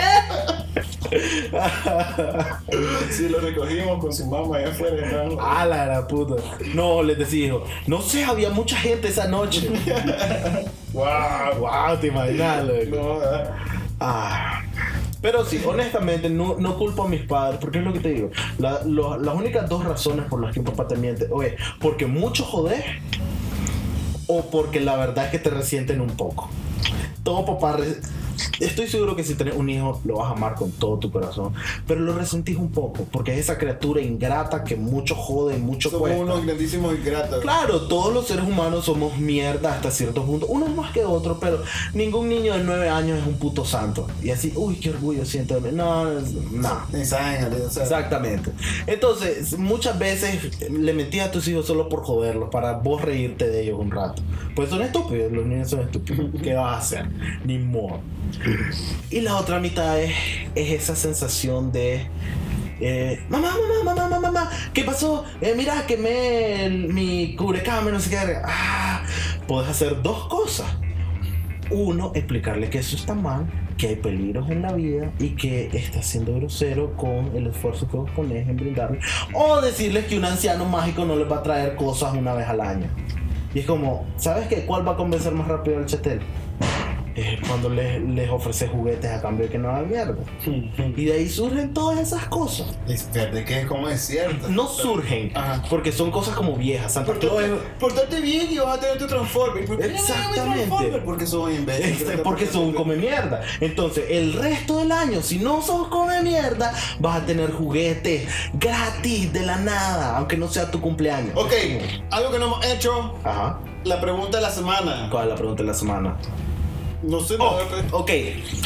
S3: Sí, lo recogimos con su mamá allá afuera. ¿No?
S1: Ah, la gran puta. No, les decía, hijo, no sé, había mucha gente esa noche.
S3: Wow.
S1: Wow, te imaginas, loco.
S3: No, ¿verdad?
S1: Ah. Pero sí, honestamente, no, no culpo a mis padres, porque es lo que te digo. La- lo- las únicas dos razones por las que un papá te miente, oye, porque mucho jodés o porque la verdad es que te resienten un poco. Todo papá, re- estoy seguro que si tenés un hijo lo vas a amar con todo tu corazón, pero lo resentís un poco, porque es esa criatura ingrata que mucho jode, mucho
S3: Somos
S1: cuesta.
S3: unos grandísimos ingratos.
S1: Claro, todos los seres humanos somos mierda hasta cierto punto. Uno es más que otro, pero ningún niño de nueve años es un puto santo. Y así, uy, qué orgullo siento de mí. No, no.
S3: Exángale, o sea.
S1: Exactamente. Entonces, muchas veces le mentías a tus hijos solo por joderlos, para vos reírte de ellos un rato. Pues son estúpidos, los niños son estúpidos. ¿Qué vas a hacer? Ni modo. Y la otra mitad es, es esa sensación de... Eh, mamá, mamá, mamá, mamá, mamá, ¿qué pasó? Eh, mira, quemé el- mi cubrecama, no sé qué. Ah, puedes hacer dos cosas. Uno, explicarle que eso está mal, que hay peligros en la vida y que estás siendo grosero con el esfuerzo que vos pones en brindarle. O decirles que un anciano mágico no les va a traer cosas una vez al año. Y es como, ¿sabes qué? ¿Cuál va a convencer más rápido al chetel? es cuando les, les ofreces juguetes a cambio de que no hagan mierda. Y de ahí surgen todas esas cosas.
S3: Fíjate que es como es cierto.
S1: No surgen,
S3: Ajá.
S1: porque son cosas como viejas. Santa Claus es...
S3: Portate bien y vas a tener tu Transformer. ¿Por qué no me llamo
S1: Exactamente.
S3: Transformer? Porque sos un imbécil.
S1: Este, porque sos un come mierda. Entonces, el resto del año, si no sos come mierda, vas a tener juguetes gratis de la nada, aunque no sea tu cumpleaños.
S3: Ok, algo que no hemos hecho.
S1: Ajá.
S3: La pregunta de la semana.
S1: ¿Cuál es la pregunta de la semana?
S3: No sé.
S1: Oh,
S3: no,
S1: ok.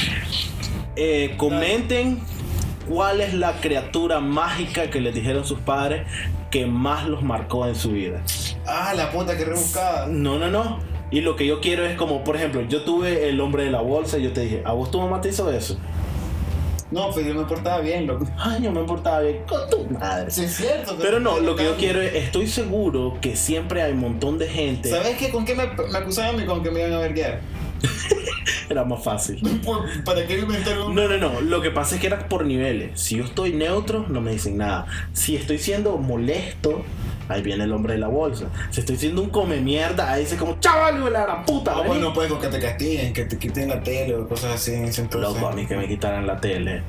S1: Eh, comenten cuál es la criatura mágica que les dijeron sus padres que más los marcó en su vida.
S3: Ah, la puta que rebuscada.
S1: No, no, no. Y lo que yo quiero es como, por ejemplo, yo tuve el hombre de la bolsa y yo te dije, ¿a vos tu mamá te hizo eso?
S3: No, pues yo me portaba bien, loco.
S1: Ay, yo me importaba bien con tu madre.
S3: Sí, es cierto.
S1: Pero no, lo que yo quiero es, estoy seguro que siempre hay un montón de gente.
S3: ¿Sabes qué? ¿Con qué me, me acusaban y con qué me iban a verguiar?
S1: Era más fácil.
S3: ¿Para qué inventar un...?
S1: No, no, no. Lo que pasa es que era por niveles. Si yo estoy neutro, no me dicen nada. Si estoy siendo molesto, ahí viene el hombre de la bolsa. Si estoy siendo un come mierda, ahí dice como, chaval, hijo de la gran puta.
S3: Ah,
S1: vení".
S3: bueno, pues con que te castiguen, que te quiten la tele o cosas así. Entonces...
S1: Loco, a mí que me quitaran la tele.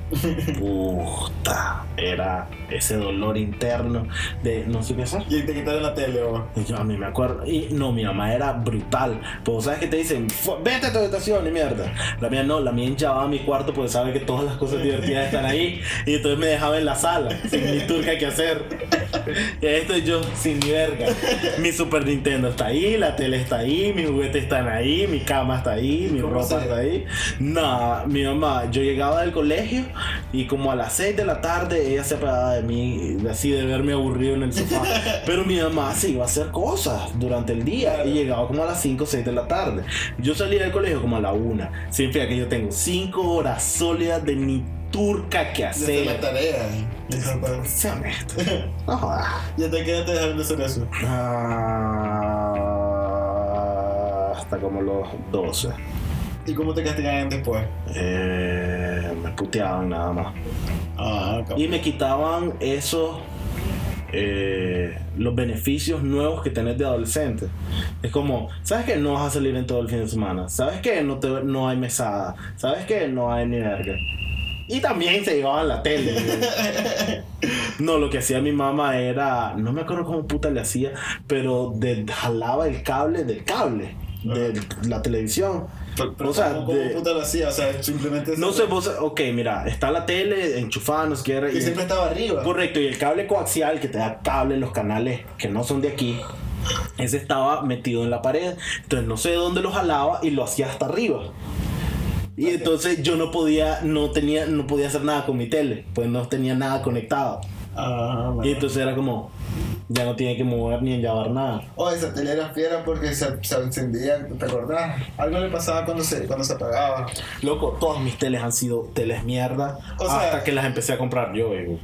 S1: Puta. Era ese dolor interno de no sé qué hacer.
S3: Y te quitaron la tele, o...
S1: Y yo a mí me acuerdo. Y no, mi mamá era brutal. Pues sabes que te dicen, "Fu- vete a tu habitación y mierda". La mía no, la mía hinchaba a mi cuarto porque sabe que todas las cosas divertidas están ahí. Y entonces me dejaba en la sala, sin mi turca que hacer. Y ahí estoy yo, sin mi verga. Mi Super Nintendo está ahí, la tele está ahí, mis juguetes están ahí, mi cama está ahí, mi
S3: ¿Cómo
S1: ropa
S3: se-
S1: está ahí. No, mi mamá, yo llegaba del colegio y como a las seis de la tarde ella se apagaba de mí, así de verme aburrido en el sofá. Pero mi mamá se iba a hacer cosas durante el día y llegaba como a las cinco o seis de la tarde. Yo salía del colegio como a la una. Significa que yo tengo cinco horas sólidas de ni turca que
S3: Ya hacer la
S1: hacer.
S3: tarea. Hija, pa.
S1: Sea honesto. No jodas.
S3: Ya te quedaste dejando de hacer eso.
S1: Ah, hasta como los doce.
S3: ¿Y cómo te castigaban después?
S1: Eh, me puteaban nada más.
S3: Ah,
S1: Y me quitaban esos eh, los beneficios nuevos que tenés de adolescente. Es como, ¿sabes qué? No vas a salir en todo el fin de semana. ¿Sabes qué? No, te, no hay mesada. ¿Sabes qué? No hay ni verga. Y también se llevaban la tele. No, lo que hacía mi mamá era, no me acuerdo cómo puta le hacía, pero de, jalaba el cable del cable de la televisión.
S3: Pero, pero
S1: O sea,
S3: ¿cómo, cómo
S1: de-
S3: puta lo hacía? O sea, simplemente...
S1: No sé, vos, ok, mira, está la tele enchufada, no sé qué era.
S3: Que
S1: y-
S3: siempre estaba arriba.
S1: Correcto, y el cable coaxial que te da cable en los canales que no son de aquí, ese estaba metido en la pared. Entonces no sé dónde lo jalaba y lo hacía hasta arriba. Y entonces yo no podía, no tenía, no podía hacer nada con mi tele, pues no tenía nada conectado.
S3: Ah,
S1: Y
S3: bueno.
S1: entonces era como, ya no tiene que mover ni enllavar nada.
S3: Oh, esa tele era fiera porque se, se encendía, ¿te acordás? Algo le pasaba cuando se, cuando se apagaba.
S1: Loco, todas mis teles han sido teles mierda
S3: O sea-
S1: hasta que las empecé a comprar yo, güey.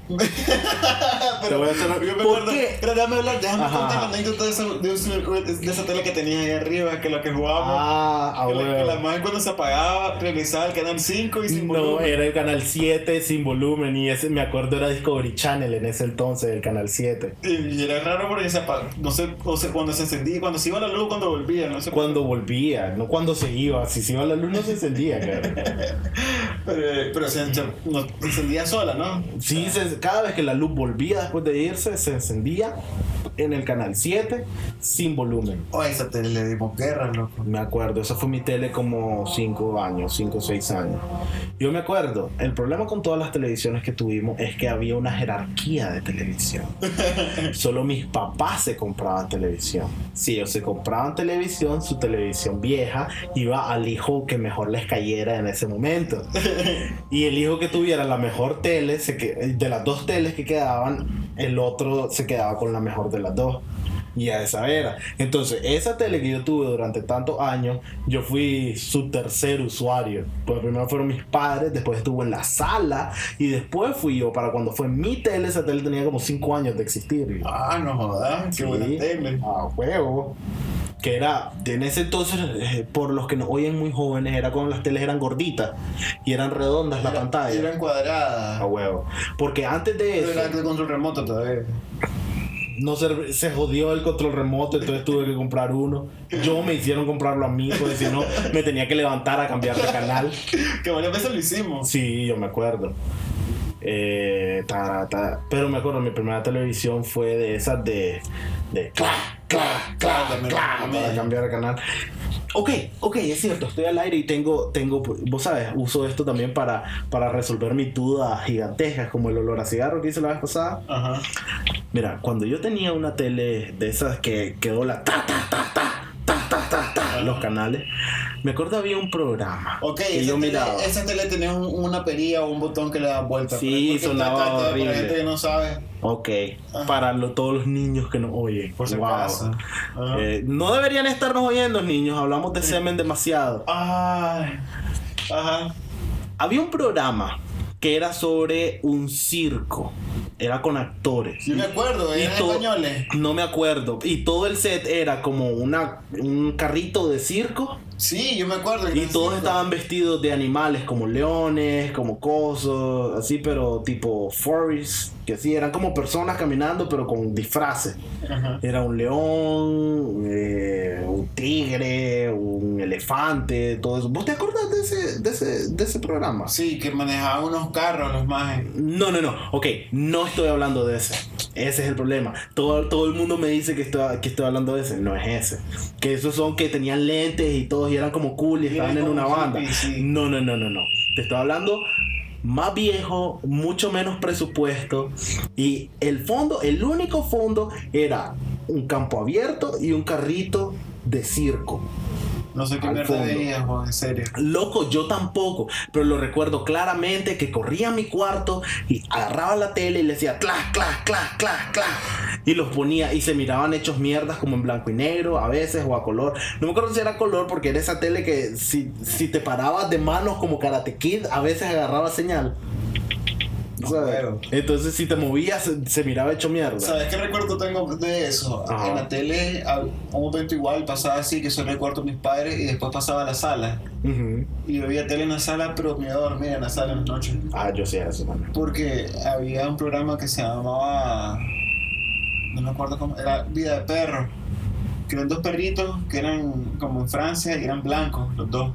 S1: Te voy a hacer-
S3: yo me
S1: ¿Por
S3: acuerdo,
S1: qué?
S3: pero déjame hablar, déjame
S1: Ajá,
S3: contar la
S1: ajá.
S3: anécdota de esa, de, esa- de esa tele que tenías ahí arriba, que lo que jugábamos.
S1: Ah, a
S3: que, la, que
S1: huevo.
S3: la madre cuando se apagaba revisaba el canal cinco y sin
S1: No,
S3: volumen.
S1: era el canal siete sin volumen y ese me acuerdo era Discovery Channel en ese entonces, el canal siete.
S3: Y era raro porque se apagaba, no sé, o sea, cuando se encendía, cuando se iba la luz, cuando volvía, no sé.
S1: Cuando volvía, no cuando se iba. Si se iba la luz no se encendía, claro.
S3: Pero, pero se, se- no, encendía sola, ¿no?
S1: Sí, se- cada vez que la luz volvía después de irse, se encendía en el canal siete sin volumen.
S3: Oh, esa tele le dimos guerra, loco.
S1: Me acuerdo, esa fue mi tele como cinco años, cinco o seis años. Yo me acuerdo, el problema con todas las televisiones que tuvimos es que había una jerarquía de televisión. Solo mis papás se compraban televisión. Si ellos se compraban televisión, su televisión vieja iba al hijo que mejor les cayera en ese momento. Y el hijo que tuviera la mejor tele, se que- de las dos teles que quedaban, el otro se quedaba con la mejor de las dos. Y a esa era. Entonces, esa tele que yo tuve durante tantos años, yo fui su tercer usuario. Pues primero fueron mis padres, después estuvo en la sala y después fui yo. Para cuando fue mi tele, esa tele tenía como cinco años de existir.
S3: Ah, no jodas, qué
S1: Sí.
S3: buena tele.
S1: A huevo. Que era, en ese entonces, eh, por los que nos oyen muy jóvenes, era cuando las teles eran gorditas y eran redondas la
S3: Era-
S1: pantalla.
S3: Eran cuadradas.
S1: A huevo. Porque antes de
S3: Pero
S1: eso.
S3: era de control remoto todavía.
S1: no se, se jodió el control remoto, entonces tuve que comprar uno. Yo me hicieron comprarlo a mí, porque si no me tenía que levantar a cambiar de canal.
S3: Que varias veces lo hicimos.
S1: Sí, yo me acuerdo. Eh, ta, ta, pero me acuerdo, mi primera televisión fue de esas de de cla, cla, cla, cla, para cambiar de canal. Ok, ok, es cierto, estoy al aire y tengo, tengo, vos sabes, uso esto también para, para resolver mis dudas gigantescas, como el olor a cigarro que hice la vez pasada.
S3: Ajá.
S1: Mira, cuando yo tenía una tele de esas que quedó la ta, ta, ta, ta, ta, ta, ta, ta, los canales, me acuerdo había un programa
S3: Ok,
S1: que
S3: esa
S1: yo
S3: tele,
S1: miraba.
S3: esa tele tenía un, una perilla o un botón que le da vuelta.
S1: Sí,
S3: pero es porque
S1: sonaba
S3: está- está- Para
S1: horrible.
S3: la gente que no sabe.
S1: Ok,
S3: Ajá.
S1: para lo- todos los niños que nos oyen.
S3: Por si
S1: Wow.
S3: acaso. Ajá.
S1: Eh, no deberían estarnos oyendo, niños. Hablamos de semen demasiado.
S3: Ay. Ajá.
S1: Había un programa que era sobre un circo. Era con actores.
S3: Yo me acuerdo,
S1: Y
S3: eran
S1: to-
S3: españoles.
S1: No me acuerdo. Y todo el set era como una, un carrito de circo.
S3: Sí, yo me acuerdo.
S1: Y todos estaban vestidos de animales como leones, como cosos, así, pero tipo furries, que sí, eran como personas caminando, pero con disfraces.
S3: Ajá.
S1: Era un león, eh, un tigre, un elefante, todo eso. ¿Vos te acuerdas de ese, de ese, de ese programa?
S3: Sí, que manejaban unos carros los majes.
S1: No, no, no. Ok, no estoy hablando de ese. Ese es el problema. Todo, todo el mundo me dice que estoy, que estoy hablando de ese. No es ese. Que esos son que tenían lentes y todos y eran como cool y
S3: Sí,
S1: estaban en
S3: como
S1: una banda.
S3: hippie, sí.
S1: No, no, no, no, no. Te estoy hablando más viejo, mucho menos presupuesto. Y el fondo, el único fondo era un campo abierto y un carrito de circo.
S3: No sé qué
S1: Al
S3: mierda
S1: fondo.
S3: veías, Juan, en serio.
S1: Loco, yo tampoco, pero lo recuerdo claramente que corría a mi cuarto y agarraba la tele y le decía clac, clac, clac, clac, clac, y los ponía y se miraban hechos mierdas como en blanco y negro a veces o a color. No me acuerdo si era color porque era esa tele que si, si te parabas de manos como Karate Kid a veces agarraba señal. ¿Sabes?
S3: Bueno.
S1: Entonces si te movías se, se miraba hecho mierda.
S3: ¿Sabes qué recuerdo tengo de eso?
S1: Ajá.
S3: En la tele, a un momento igual pasaba así, que solo recuerdo mis padres y después pasaba a la sala.
S1: Ujú.
S3: Y yo veía tele en la sala, pero me iba a dormir en la sala en las noches.
S1: Ah, yo sí era eso también.
S3: Porque había un programa que se llamaba, no me acuerdo cómo, era Vida de Perro. Que eran dos perritos que eran como en Francia y eran blancos los dos.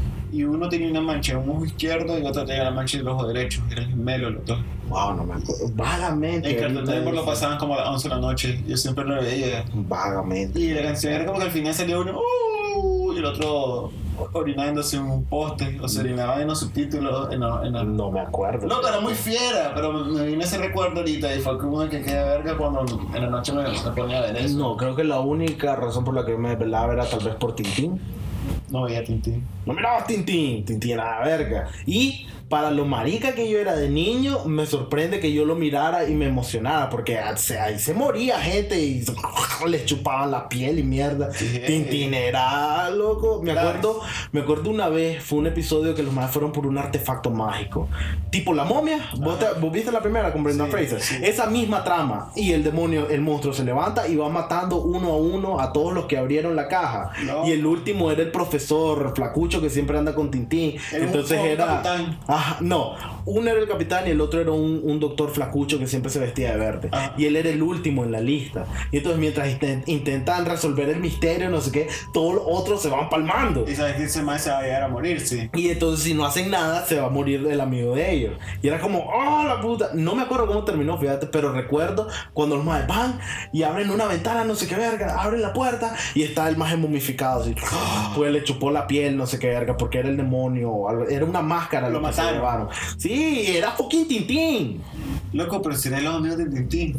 S3: Y uno tenía una mancha en un ojo izquierdo y otro tenía la mancha en el ojo derecho. Eran gemelos los dos.
S1: Wow, no me acuerdo. Vagamente.
S3: En Cartoon
S1: ahorita
S3: Network lo
S1: dice.
S3: pasaban como a las once de la noche. Yo siempre lo veía.
S1: Vagamente.
S3: Y la canción era como que al final salió uno "Uh", y el otro orinándose en un poste. O se orinaba en los subtítulos. En la, en la...
S1: No me acuerdo.
S3: Loco, era muy fiera, pero me, me vino ese recuerdo ahorita y fue como que queda verga cuando en la noche me, me ponía a ver eso.
S1: No, creo que la única razón por la que me desvelaba era tal vez por Tintín.
S3: No veía Tintín.
S1: No mirabas Tintín, Tintín era la verga. Y para lo marica que yo era de niño, me sorprende que yo lo mirara y me emocionara, porque ahí se, ahí se moría gente y les chupaban la piel y mierda.
S3: Sí.
S1: Tintín era loco. Me acuerdo, me acuerdo una vez, fue un episodio que los más fueron por un artefacto mágico. Tipo la momia. ¿Vos, te- vos viste la primera con Brendan
S3: Sí,
S1: Fraser?
S3: sí.
S1: Esa misma trama. Y el demonio, el monstruo se levanta y va matando uno a uno a todos los que abrieron la caja.
S3: No.
S1: Y el último era el profesor flacucho que siempre anda con Tintín.
S3: Era un-
S1: Entonces
S3: un
S1: era...
S3: capitán.
S1: Ajá, no, uno era el capitán y el otro era un, un doctor flacucho que siempre se vestía de verde.
S3: Ajá.
S1: Y él era el último en la lista. Y entonces mientras intent- intentan resolver el misterio, no sé qué, todos los otros se van palmando.
S3: Y sabes que ese más se va a llegar a morir, sí.
S1: Y entonces si no hacen nada, se va a morir el amigo de ellos. Y era como, oh, la puta. No me acuerdo cómo terminó, fíjate, pero recuerdo cuando los maes van y abren una ventana, no sé qué verga, abren la puerta y está el maje momificado, así. Pues le chupó la piel, no sé qué verga, porque era el demonio, o algo- era una máscara
S3: Lo
S1: lo que se
S3: mataron.
S1: llevaron. Sí, era fucking Tintín.
S3: Loco, pero si eran los amigos de Tintín.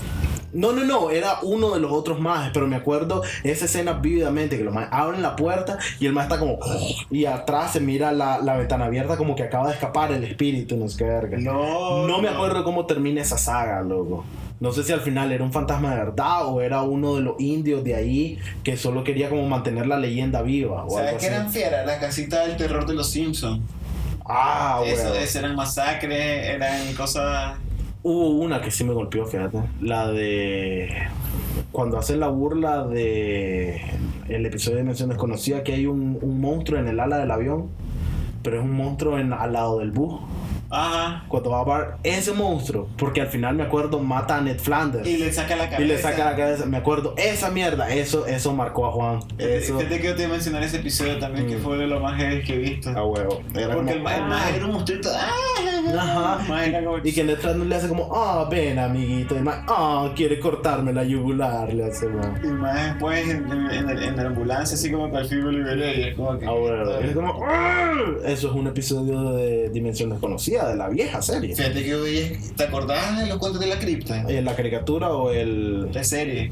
S1: No, no, no, era uno de los otros majes, pero me acuerdo esa escena vívidamente, que los majes abren la puerta y el maje está como... Y atrás se mira la, la ventana abierta como que acaba de escapar el espíritu, no sé qué verga.
S3: No.
S1: No me acuerdo cómo termina esa saga, loco. No sé si al final era un fantasma de verdad o era uno de los indios de ahí que solo quería como mantener la leyenda viva o
S3: ¿Sabes
S1: algo
S3: qué
S1: así.
S3: eran fieras? La casita del terror de los Simpsons.
S1: Ah,
S3: Eso,
S1: bueno.
S3: eso eran masacres, eran cosas.
S1: Hubo una que sí me golpeó, fíjate. La de... Cuando hacen la burla de... El episodio de Dimensión Desconocida, que hay un, un monstruo en el ala del avión, pero es un monstruo en, al lado del bus.
S4: Ajá.
S1: Cuando va a Bart, ese monstruo, porque al final me acuerdo mata a Ned Flanders
S4: Y le saca la cabeza.
S1: y le saca la cabeza. Me acuerdo, esa mierda, eso, eso marcó a Juan. Eso,
S4: Fíjate que yo te iba a mencionar ese episodio también, que
S1: Mm.
S4: fue de lo más heavy que he visto.
S1: a huevo. Era
S4: Porque
S1: como,
S4: el más, el más era un monstruito. ¡Ah!
S1: Ajá.
S4: Más era como-
S1: Y que Ned Flanders le hace como, ah, ven amiguito. Y más, ah, quiere cortarme la yugular, le hace man.
S4: Y más después en, en, en el- en la ambulancia, así como que al fin lo liberé. Y es como que.
S1: Ah, bueno, es como, "Ah". Eso es un episodio de Dimensión Desconocida, de la vieja serie.
S4: Fíjate que yo veía. ¿Te acordás de los cuentos de la cripta?
S1: ¿En la caricatura o el...?
S4: La serie.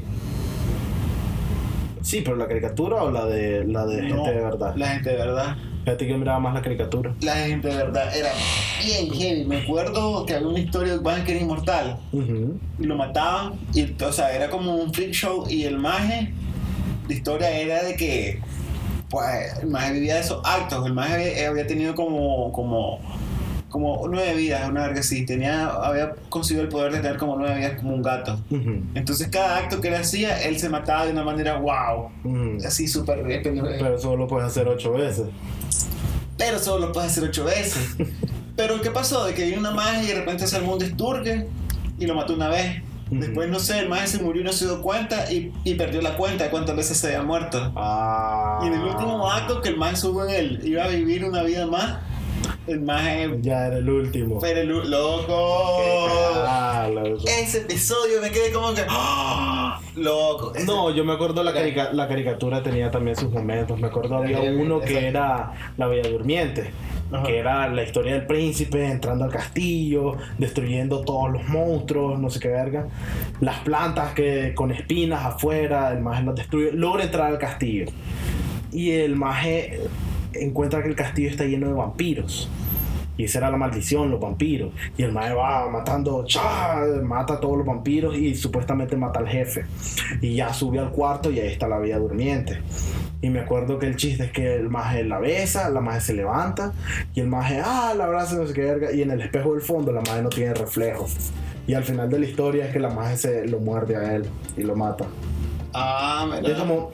S1: Sí, pero la caricatura o la de la de
S4: No,
S1: gente de verdad.
S4: La gente de verdad.
S1: Fíjate que yo miraba más la caricatura.
S4: La gente de verdad era bien heavy. Me acuerdo que había una historia de un maje que era inmortal.
S1: Ujú.
S4: Y lo mataban. Y, o sea, era como un freak show. Y el maje, la historia era de que pues, el maje vivía de esos actos. El maje había, había tenido como, como, como nueve vidas, una verga así. Tenía, había conseguido el poder de tener como nueve vidas como un gato.
S1: Ujú.
S4: Entonces cada acto que él hacía, él se mataba de una manera wow.
S1: Ujú.
S4: Así súper bien.
S1: Pero eso lo puedes hacer ocho veces.
S4: Pero solo lo puedes hacer ocho veces. Pero ¿qué pasó? De que vino una magia y de repente se armó un desturgue y lo mató una vez.
S1: Ujú.
S4: Después, no sé, el magia se murió y no se dio cuenta y, y perdió la cuenta de cuántas veces se había muerto.
S1: Ah.
S4: Y en el último acto que el magia supo en él iba a vivir una vida más, el magia
S1: Ya era el último.
S4: pero el u- loco.
S1: Ah, loco.
S4: Ese episodio me quedé como que ¡ah! Loco. Ese-
S1: No, yo me acuerdo la, carica- la caricatura tenía también sus momentos. Me acuerdo había uno que era La Bella Durmiente,
S4: Ajá.
S1: que era la historia del príncipe entrando al castillo, destruyendo todos los monstruos, no sé qué verga. Las plantas que con espinas afuera, el maje las destruye, logra entrar al castillo. Y el maje encuentra que el castillo está lleno de vampiros. Y esa era la maldición, los vampiros. Y el maje va matando, ¡cha! Mata a todos los vampiros y supuestamente mata al jefe. Y ya sube al cuarto y ahí está la Bella Durmiente. Y me acuerdo que el chiste es que el maje la besa, la maje se levanta y el maje, ah, la abraza, no sé qué verga. Y en el espejo del fondo la maje no tiene reflejo. Y al final de la historia es que la maje se lo muerde a él y lo mata.
S4: Ah,
S1: Y es
S4: mira.
S1: como,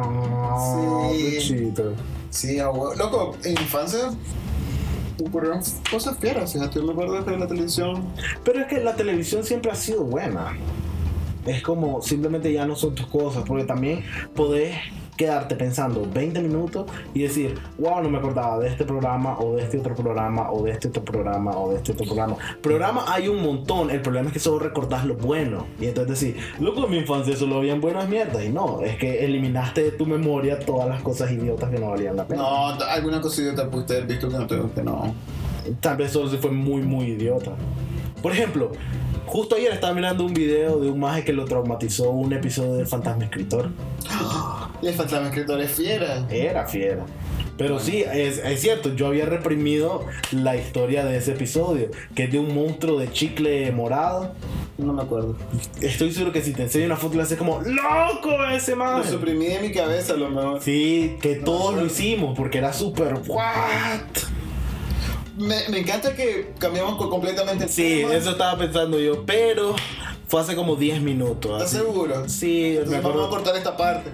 S1: ah,
S4: Sí.
S1: pechito.
S4: Sí, a huevo. Loco, en infancia ocurrieron cosas fieras. Fíjate, yo me acuerdo de la televisión.
S1: Pero es que la televisión siempre ha sido buena. Es como simplemente ya no son tus cosas, porque también podés quedarte pensando veinte minutos y decir, wow, no me acordaba de este programa o de este otro programa o de este otro programa o de este otro programa. Programa hay un montón, el problema es que solo recordás lo bueno. Y entonces decís, loco, en mi infancia solo habían buenas mierdas. Y no, es que eliminaste de tu memoria todas las cosas idiotas que no valían la pena.
S4: No, alguna cosa idiota pudiste haber visto que no te guste, no.
S1: Tal vez solo se fue muy, muy idiota. Por ejemplo, justo ayer estaba mirando un video de un maje que lo traumatizó un episodio del Fantasma Escritor.
S4: Y el fantasma escritor es fiera.
S1: Era fiera. Pero sí, es, es cierto, yo había reprimido la historia de ese episodio, que es de un monstruo de chicle morado.
S4: No me acuerdo.
S1: Estoy seguro que si te enseño una foto le haces como, ¡loco ese
S4: Lo
S1: maje!
S4: suprimí de mi cabeza a lo mejor.
S1: Sí, que todos lo hicimos porque era súper, ¿what?
S4: Me, me encanta que cambiamos co- completamente el
S1: Sí,
S4: tema.
S1: eso estaba pensando yo, pero fue hace como diez minutos.
S4: ¿Estás
S1: así.
S4: seguro?
S1: Sí, me
S4: Entonces vamos a
S1: acuerdo.
S4: cortar esta parte.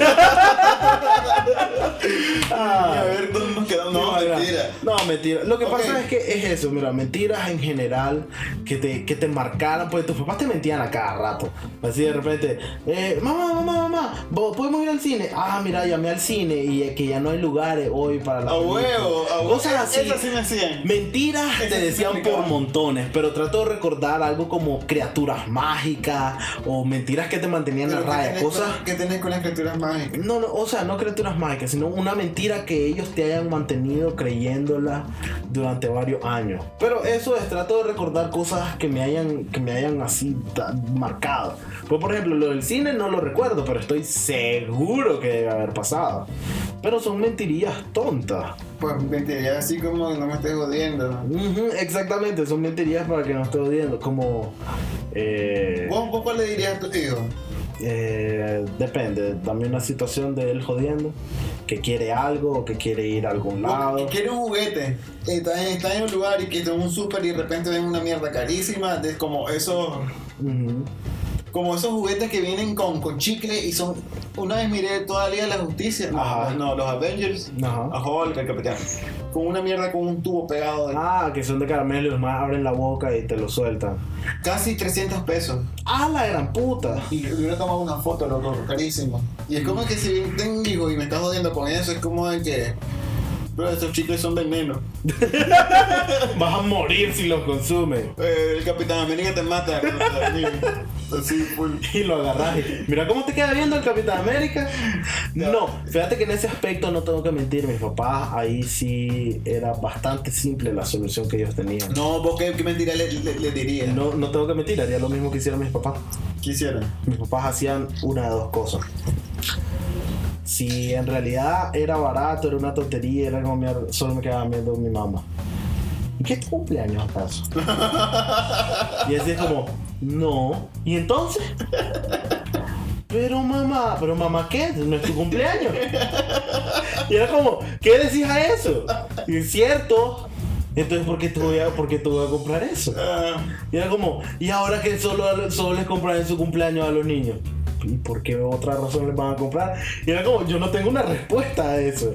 S1: Ah.
S4: Y a ver dónde nos quedamos. No,
S1: mira.
S4: mentira.
S1: No, mentira. Lo que
S4: Ok.
S1: pasa es que es eso, mira, mentiras en general que te, que te marcaran, porque tus papás te mentían a cada rato. Así de repente, eh, mamá, mamá, mamá, ¿vos- ¿podemos ir al cine? Ah, mira, llamé al cine y eh, que ya no hay lugares hoy para la
S4: A
S1: película.
S4: huevo, a huevo.
S1: Cosas así.
S4: Esas sí me hacían.
S1: Mentiras
S4: Esas
S1: te
S4: sí
S1: decían
S4: me
S1: por
S4: aplicaban.
S1: montones, pero trato de recordar algo como criaturas mágicas o mentiras que te mantenían a
S4: Pero ¿qué
S1: raya,
S4: tenés
S1: cosas.
S4: con- ¿Qué tenés con las criaturas mágicas?
S1: No, no, o sea, no criaturas mágicas, sino una mentira que ellos te hayan mantenido creyéndola durante varios años. Pero eso es, trato de recordar cosas que me hayan, que me hayan así ta- marcado. Pues, por ejemplo, lo del cine no lo recuerdo, pero estoy seguro que debe haber pasado. Pero son mentirillas tontas.
S4: Pues mentiría así como no me estés jodiendo. ¿no?
S1: Ujú, exactamente, son mentirillas para que no esté odiando. Como... Eh,
S4: ¿Vos, ¿Vos cuál le dirías a tu hijo?
S1: Eh, depende, también una situación de él jodiendo, que quiere algo o que quiere ir a algún lado.
S4: Que quiere un juguete, está en, está en un lugar y que está en un súper y de repente ven una mierda carísima, es como eso.
S1: Ujú.
S4: como esos juguetes que vienen con, con chicle y son... Una vez miré toda la Liga de la Justicia, no,
S1: Ajá.
S4: no, los Avengers,
S1: Ajá.
S4: a Hulk, el Capitán, con una mierda con un tubo pegado de
S1: Ah, que son de caramelo y los más abren la boca y te lo sueltan.
S4: casi trescientos pesos.
S1: ¡Ah, la gran puta!
S4: Y le hubiera tomado una foto, loco, carísimo. Y es como que si bien tengo hijo y me estás jodiendo con eso, es como de que... Bro, estos chicles son veneno.
S1: Vas a morir si los consumes.
S4: Eh, el Capitán América te mata. Así, full.
S1: Y lo agarras y, mira cómo te queda viendo el Capitán América. No, fíjate que en ese aspecto no tengo que mentir. Mis papás ahí sí era bastante simple la solución que ellos tenían.
S4: No, vos qué, qué mentira le, le, le dirías.
S1: No, no tengo que mentir, haría lo mismo que hicieron mis papás.
S4: ¿Qué hicieron?
S1: Mis papás hacían una de dos cosas. Si en realidad era barato, era una tontería, era como mierda, solo me quedaba viendo mi mamá. ¿Y qué es tu cumpleaños acaso? Y así es como, no. ¿Y entonces? Pero mamá, pero mamá, ¿qué? No es tu cumpleaños. Y era como, ¿qué decís a eso? Y es cierto. Entonces, ¿por qué te voy a, por qué te voy a comprar eso? Y era como, ¿y ahora que solo, solo les compran en su cumpleaños a los niños? ¿Y por qué otra razón les van a comprar? Y era como, yo no tengo una respuesta a eso.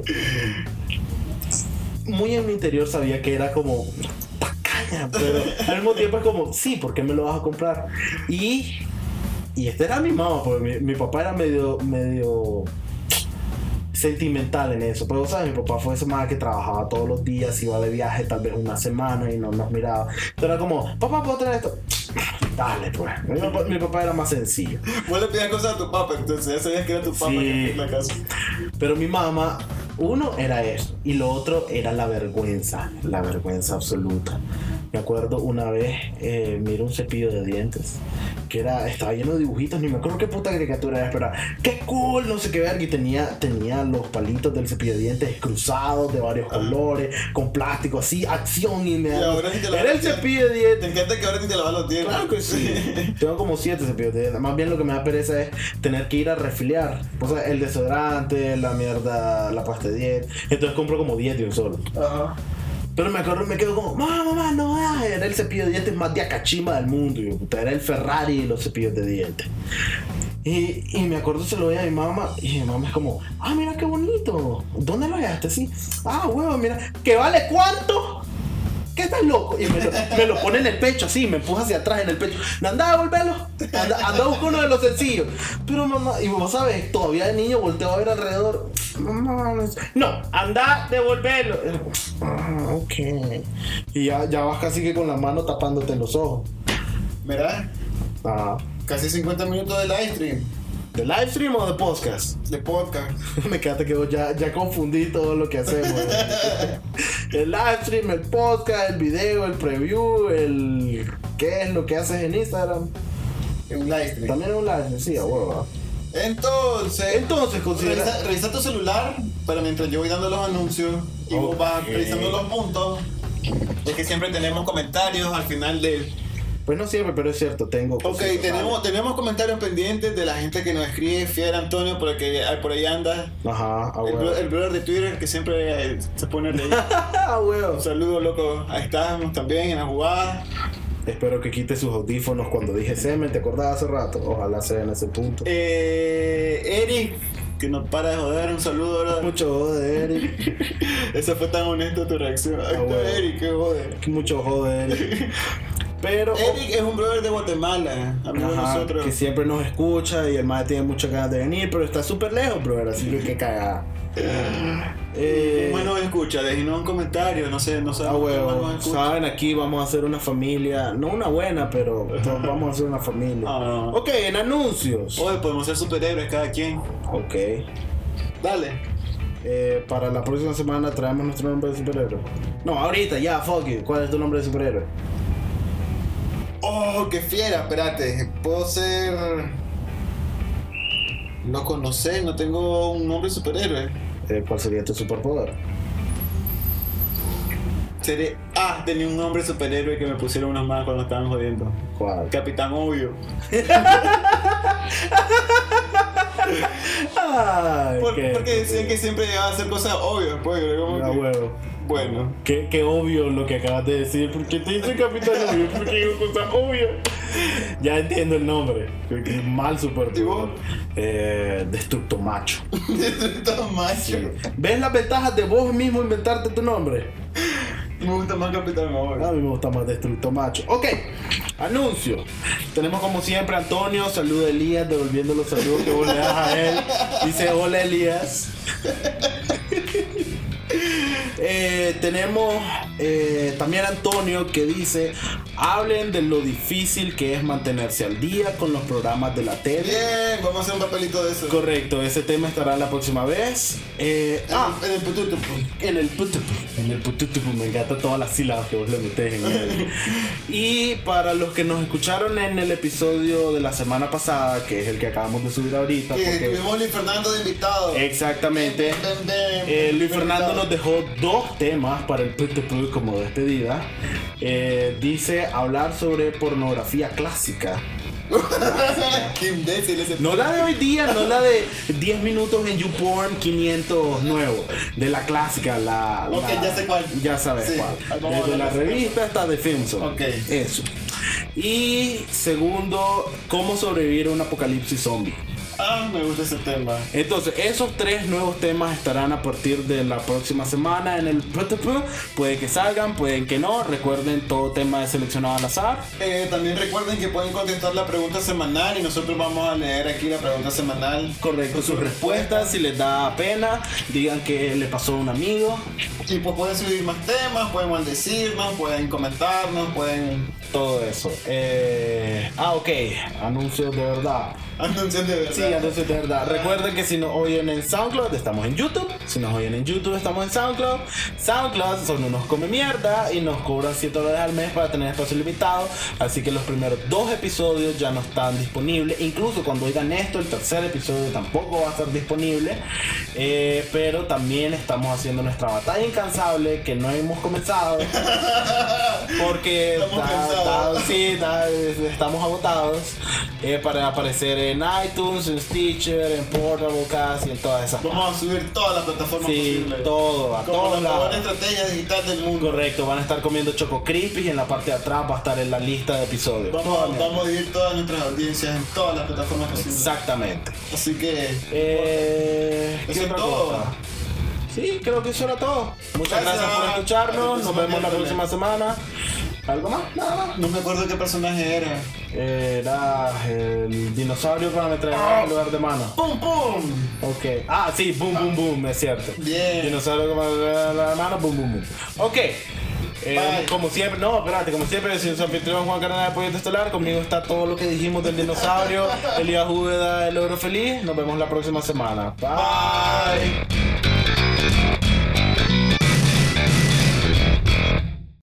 S1: Muy en mi interior sabía que era como tacaña, pero al mismo tiempo es como, sí, ¿por qué me lo vas a comprar? Y, y esta era mi mamá, porque mi, mi papá era medio, medio sentimental en eso. Pero, ¿sabes? Mi papá fue esa madre que trabajaba todos los días, iba de viaje tal vez una semana y no nos miraba. Pero era como, papá, ¿puedo traer esto? Dale, pues. Mi papá, mi papá era más sencillo.
S4: Vos le pedías cosas a tu papá, entonces ya sabías que era tu papá
S1: Sí.
S4: que en la casa.
S1: Pero mi mamá, uno era eso y lo otro era la vergüenza, la vergüenza absoluta. Me acuerdo una vez, eh, miré un cepillo de dientes que era, estaba lleno de dibujitos, ni me acuerdo qué puta caricatura era, pero qué cool, no sé qué ver, y tenía, tenía los palitos del cepillo de dientes cruzados de varios
S4: Ah.
S1: colores, con plástico, así, acción
S4: Y
S1: inmediata.
S4: ahora sí te lavas
S1: Era el
S4: los dientes.
S1: cepillo de dientes.
S4: Te encanta que ahora ni te lavas los dientes.
S1: Claro que sí. Tengo como siete cepillos de dientes. Más bien lo que me da pereza es tener que ir a refiliar. O sea, el desodorante, la mierda, la pasta de dientes. Entonces compro como diez de un solo.
S4: Ajá.
S1: Pero me acuerdo, me quedo como, mamá, mamá, no, ah, era el cepillo de dientes más de acachima del mundo. Y yo, puta, era el Ferrari de los cepillos de dientes. Y, y me acuerdo, se lo veía a mi mamá. Y mi mamá es como, ah, mira qué bonito. ¿Dónde lo hallaste así? Ah, huevo, mira. ¿Qué vale cuánto? ¿Qué estás loco? Y me lo, me lo pone en el pecho así, me empuja hacia atrás en el pecho. Anda a devolverlo. Anda, anda a buscar uno de los sencillos. Pero mamá, y vos sabes, todavía de niño volteo a ver alrededor. Mamá, no, anda a devolverlo. Ah, ok. Y ya, ya vas casi que con la mano tapándote los ojos.
S4: Mira,
S1: Ah.
S4: casi cincuenta minutos de live stream,
S1: ¿De live stream o de podcast?
S4: de podcast.
S1: Me quedaste que vos ya, ya confundí todo lo que hacemos. El live stream, el podcast, el video, el preview, el... ¿Qué es lo que haces en Instagram?
S4: Un live stream.
S1: También es un live stream, sí, a huevo.
S4: Entonces,
S1: Entonces, considera...
S4: revisa, revisa tu celular para mientras yo voy dando los anuncios y vos vas
S1: Ok.
S4: revisando los puntos. Es que siempre tenemos comentarios al final de...
S1: Pues no siempre, pero es cierto, tengo...
S4: Ok,
S1: cositas,
S4: tenemos,
S1: ¿vale?
S4: tenemos comentarios pendientes de la gente que nos escribe. Fiel Antonio, por, que, por ahí anda.
S1: Ajá, a
S4: El,
S1: huevo.
S4: bro- el brother de Twitter que siempre eh, se pone a reír.
S1: A huevo.
S4: Un saludo, loco. Ahí estamos también en la jugada.
S1: Espero que quite sus audífonos cuando dije semen, ¿te acordabas hace rato? Ojalá sea en ese punto.
S4: Eh, Eric, que no para de joder. Un saludo, brother.
S1: Mucho joder, Eric.
S4: Esa fue tan honesta tu reacción. Ahí
S1: Ah,
S4: está
S1: bueno.
S4: Eric, qué joder.
S1: Mucho joder, Eric. Pero...
S4: Eric es un brother de Guatemala, amigo de
S1: Ajá,
S4: nosotros.
S1: que siempre nos escucha y el madre tiene muchas ganas de venir, pero está súper lejos, brother, así que qué cagada. Eh,
S4: Bueno, escucha, déjenos un comentario, no sé, no
S1: a
S4: sabemos qué más
S1: huevo,
S4: nos escucha.
S1: saben, aquí vamos a hacer una familia, no una buena, pero todos vamos a hacer una familia.
S4: Ah.
S1: Ok, en anuncios.
S4: Oye, podemos ser superhéroes cada quien.
S1: Ok.
S4: Dale.
S1: Eh, para la próxima semana traemos nuestro nombre de superhéroe. No, ahorita, ya, fuck it. ¿Cuál es tu nombre de superhéroe?
S4: Oh, qué fiera, espérate. Puedo ser. No conocer, no tengo un nombre de superhéroe.
S1: Eh, ¿Cuál sería tu superpoder?
S4: Seré. Ah, tenía un nombre de superhéroe que me pusieron unas más cuando estaban jodiendo.
S1: ¿Cuál?
S4: Capitán Obvio.
S1: Ay,
S4: Por-
S1: qué-
S4: porque decían que siempre llegaba a hacer cosas obvias, pues. Yo como
S1: A
S4: que-
S1: huevo.
S4: Bueno.
S1: Qué, qué obvio lo que acabas de decir. ¿Por qué te dice Capitán Obvio? Porque digo cosas obvias. Ya entiendo el nombre. Qué mal
S3: ¿Y
S1: superpoder.
S3: vos?
S1: Eh, Destructo Macho.
S3: Destructo Macho.
S1: Sí. ¿Ves las ventajas de vos mismo inventarte tu nombre?
S3: Me gusta más Capitán Marvel.
S1: A mí me gusta más Destructo Macho. Ok, anuncio. Tenemos como siempre a Antonio. Saluda a Elías, devolviendo los saludos que vos le das a él. Dice: hola Elías. Eh, tenemos eh, también a Antonio que dice: hablen de lo difícil que es mantenerse al día con los programas de la tele.
S3: Bien, vamos a hacer un papelito de eso.
S1: Correcto, ese tema estará la próxima vez. Eh,
S3: En,
S1: ah,
S3: en el pututo.
S1: en el putupu, en el putupu, me encanta todas las sílabas que vos le metés en él. Y para los que nos escucharon en el episodio de la semana pasada, que es el que acabamos de subir ahorita,
S3: Que
S1: porque-
S3: tuvimos a Luis Fernando de invitado.
S1: exactamente,
S3: Ven, ven, ven,
S1: eh, Luis
S3: ven,
S1: Fernando
S3: invitado.
S1: nos dejó dos temas para el putupu como despedida. Eh, dice hablar sobre pornografía clásica.
S3: Qué imbécil ese.
S1: No la de hoy día, no la de diez minutos en YouPorn quinientos nuevo. De la clásica, la.
S3: Ok,
S1: la-
S3: ya sé cuál.
S1: Ya sabes
S3: Sí,
S1: cuál.
S3: vamos a
S1: Desde la
S3: hablar de ese
S1: revista hasta de Filmson.
S3: Ok.
S1: Eso. Y segundo, cómo sobrevivir a un apocalipsis zombie.
S3: Ah, me gusta ese tema.
S1: Entonces, esos tres nuevos temas estarán a partir de la próxima semana en el P T P. Puede que salgan, pueden que no. Recuerden, todo tema es seleccionado al azar.
S3: Eh, también recuerden que pueden contestar la pregunta semanal y nosotros vamos a leer aquí la pregunta semanal.
S1: Correcto, sus respuestas, si les da pena, digan que le pasó a un amigo.
S3: Y pues pueden subir más temas, pueden maldecirnos, pueden comentarnos, pueden
S1: Todo eso. Eh, ah, ok. Anuncios de verdad.
S3: anunciar de verdad.
S1: Sí, anuncios de verdad. Recuerden que si nos oyen en SoundCloud, estamos en YouTube. Si nos oyen en YouTube, estamos en SoundCloud. SoundCloud son unos come mierda y nos cobran siete dólares al mes para tener espacio limitado. Así que los primeros dos episodios ya no están disponibles. Incluso cuando oigan esto, el tercer episodio tampoco va a estar disponible. Eh, pero también estamos haciendo nuestra batalla incansable que no hemos comenzado. Porque
S3: Estamos
S1: ta-
S3: cansados.
S1: ta- sí, ta- estamos agotados eh, para aparecer en iTunes, en Stitcher, en Portable Cast y en todas esas.
S3: Vamos a subir todas las plataformas
S1: Sí,
S3: posibles.
S1: todo, a
S3: Como
S1: todos
S3: la mejor
S1: lados.
S3: estrategia digital del mundo.
S1: Correcto, van a estar comiendo Choco Crispies y en la parte de atrás va a estar en la lista de episodios. Toda
S3: Vamos,
S1: mierda.
S3: vamos a dividir todas nuestras audiencias en todas las plataformas posibles.
S1: Exactamente.
S3: Así que
S1: Eh, ¿qué
S3: Eso es
S1: otra
S3: todo.
S1: cosa? Sí, creo que eso era todo. Muchas
S3: Gracias.
S1: gracias, por escucharnos. Nos
S3: Hasta la
S1: vemos la
S3: próxima
S1: próxima semana. ¿Algo más? Nada más.
S3: no me acuerdo qué personaje era.
S1: Era el dinosaurio con la metralleta en lugar de mano.
S3: ¡Pum, pum!
S1: Ok. Ah, sí, boom, boom, boom, es cierto.
S3: Bien.
S1: Dinosaurio con la mano, boom, boom, boom. Ok. Eh,
S3: Bye.
S1: como siempre, no, espérate, como siempre, soy su anfitrión Juan Carrera de Proyecto Estelar. Conmigo está todo lo que dijimos del dinosaurio, Elías Úbeda, el Oro Feliz. Nos vemos la próxima semana. Bye.
S3: Bye.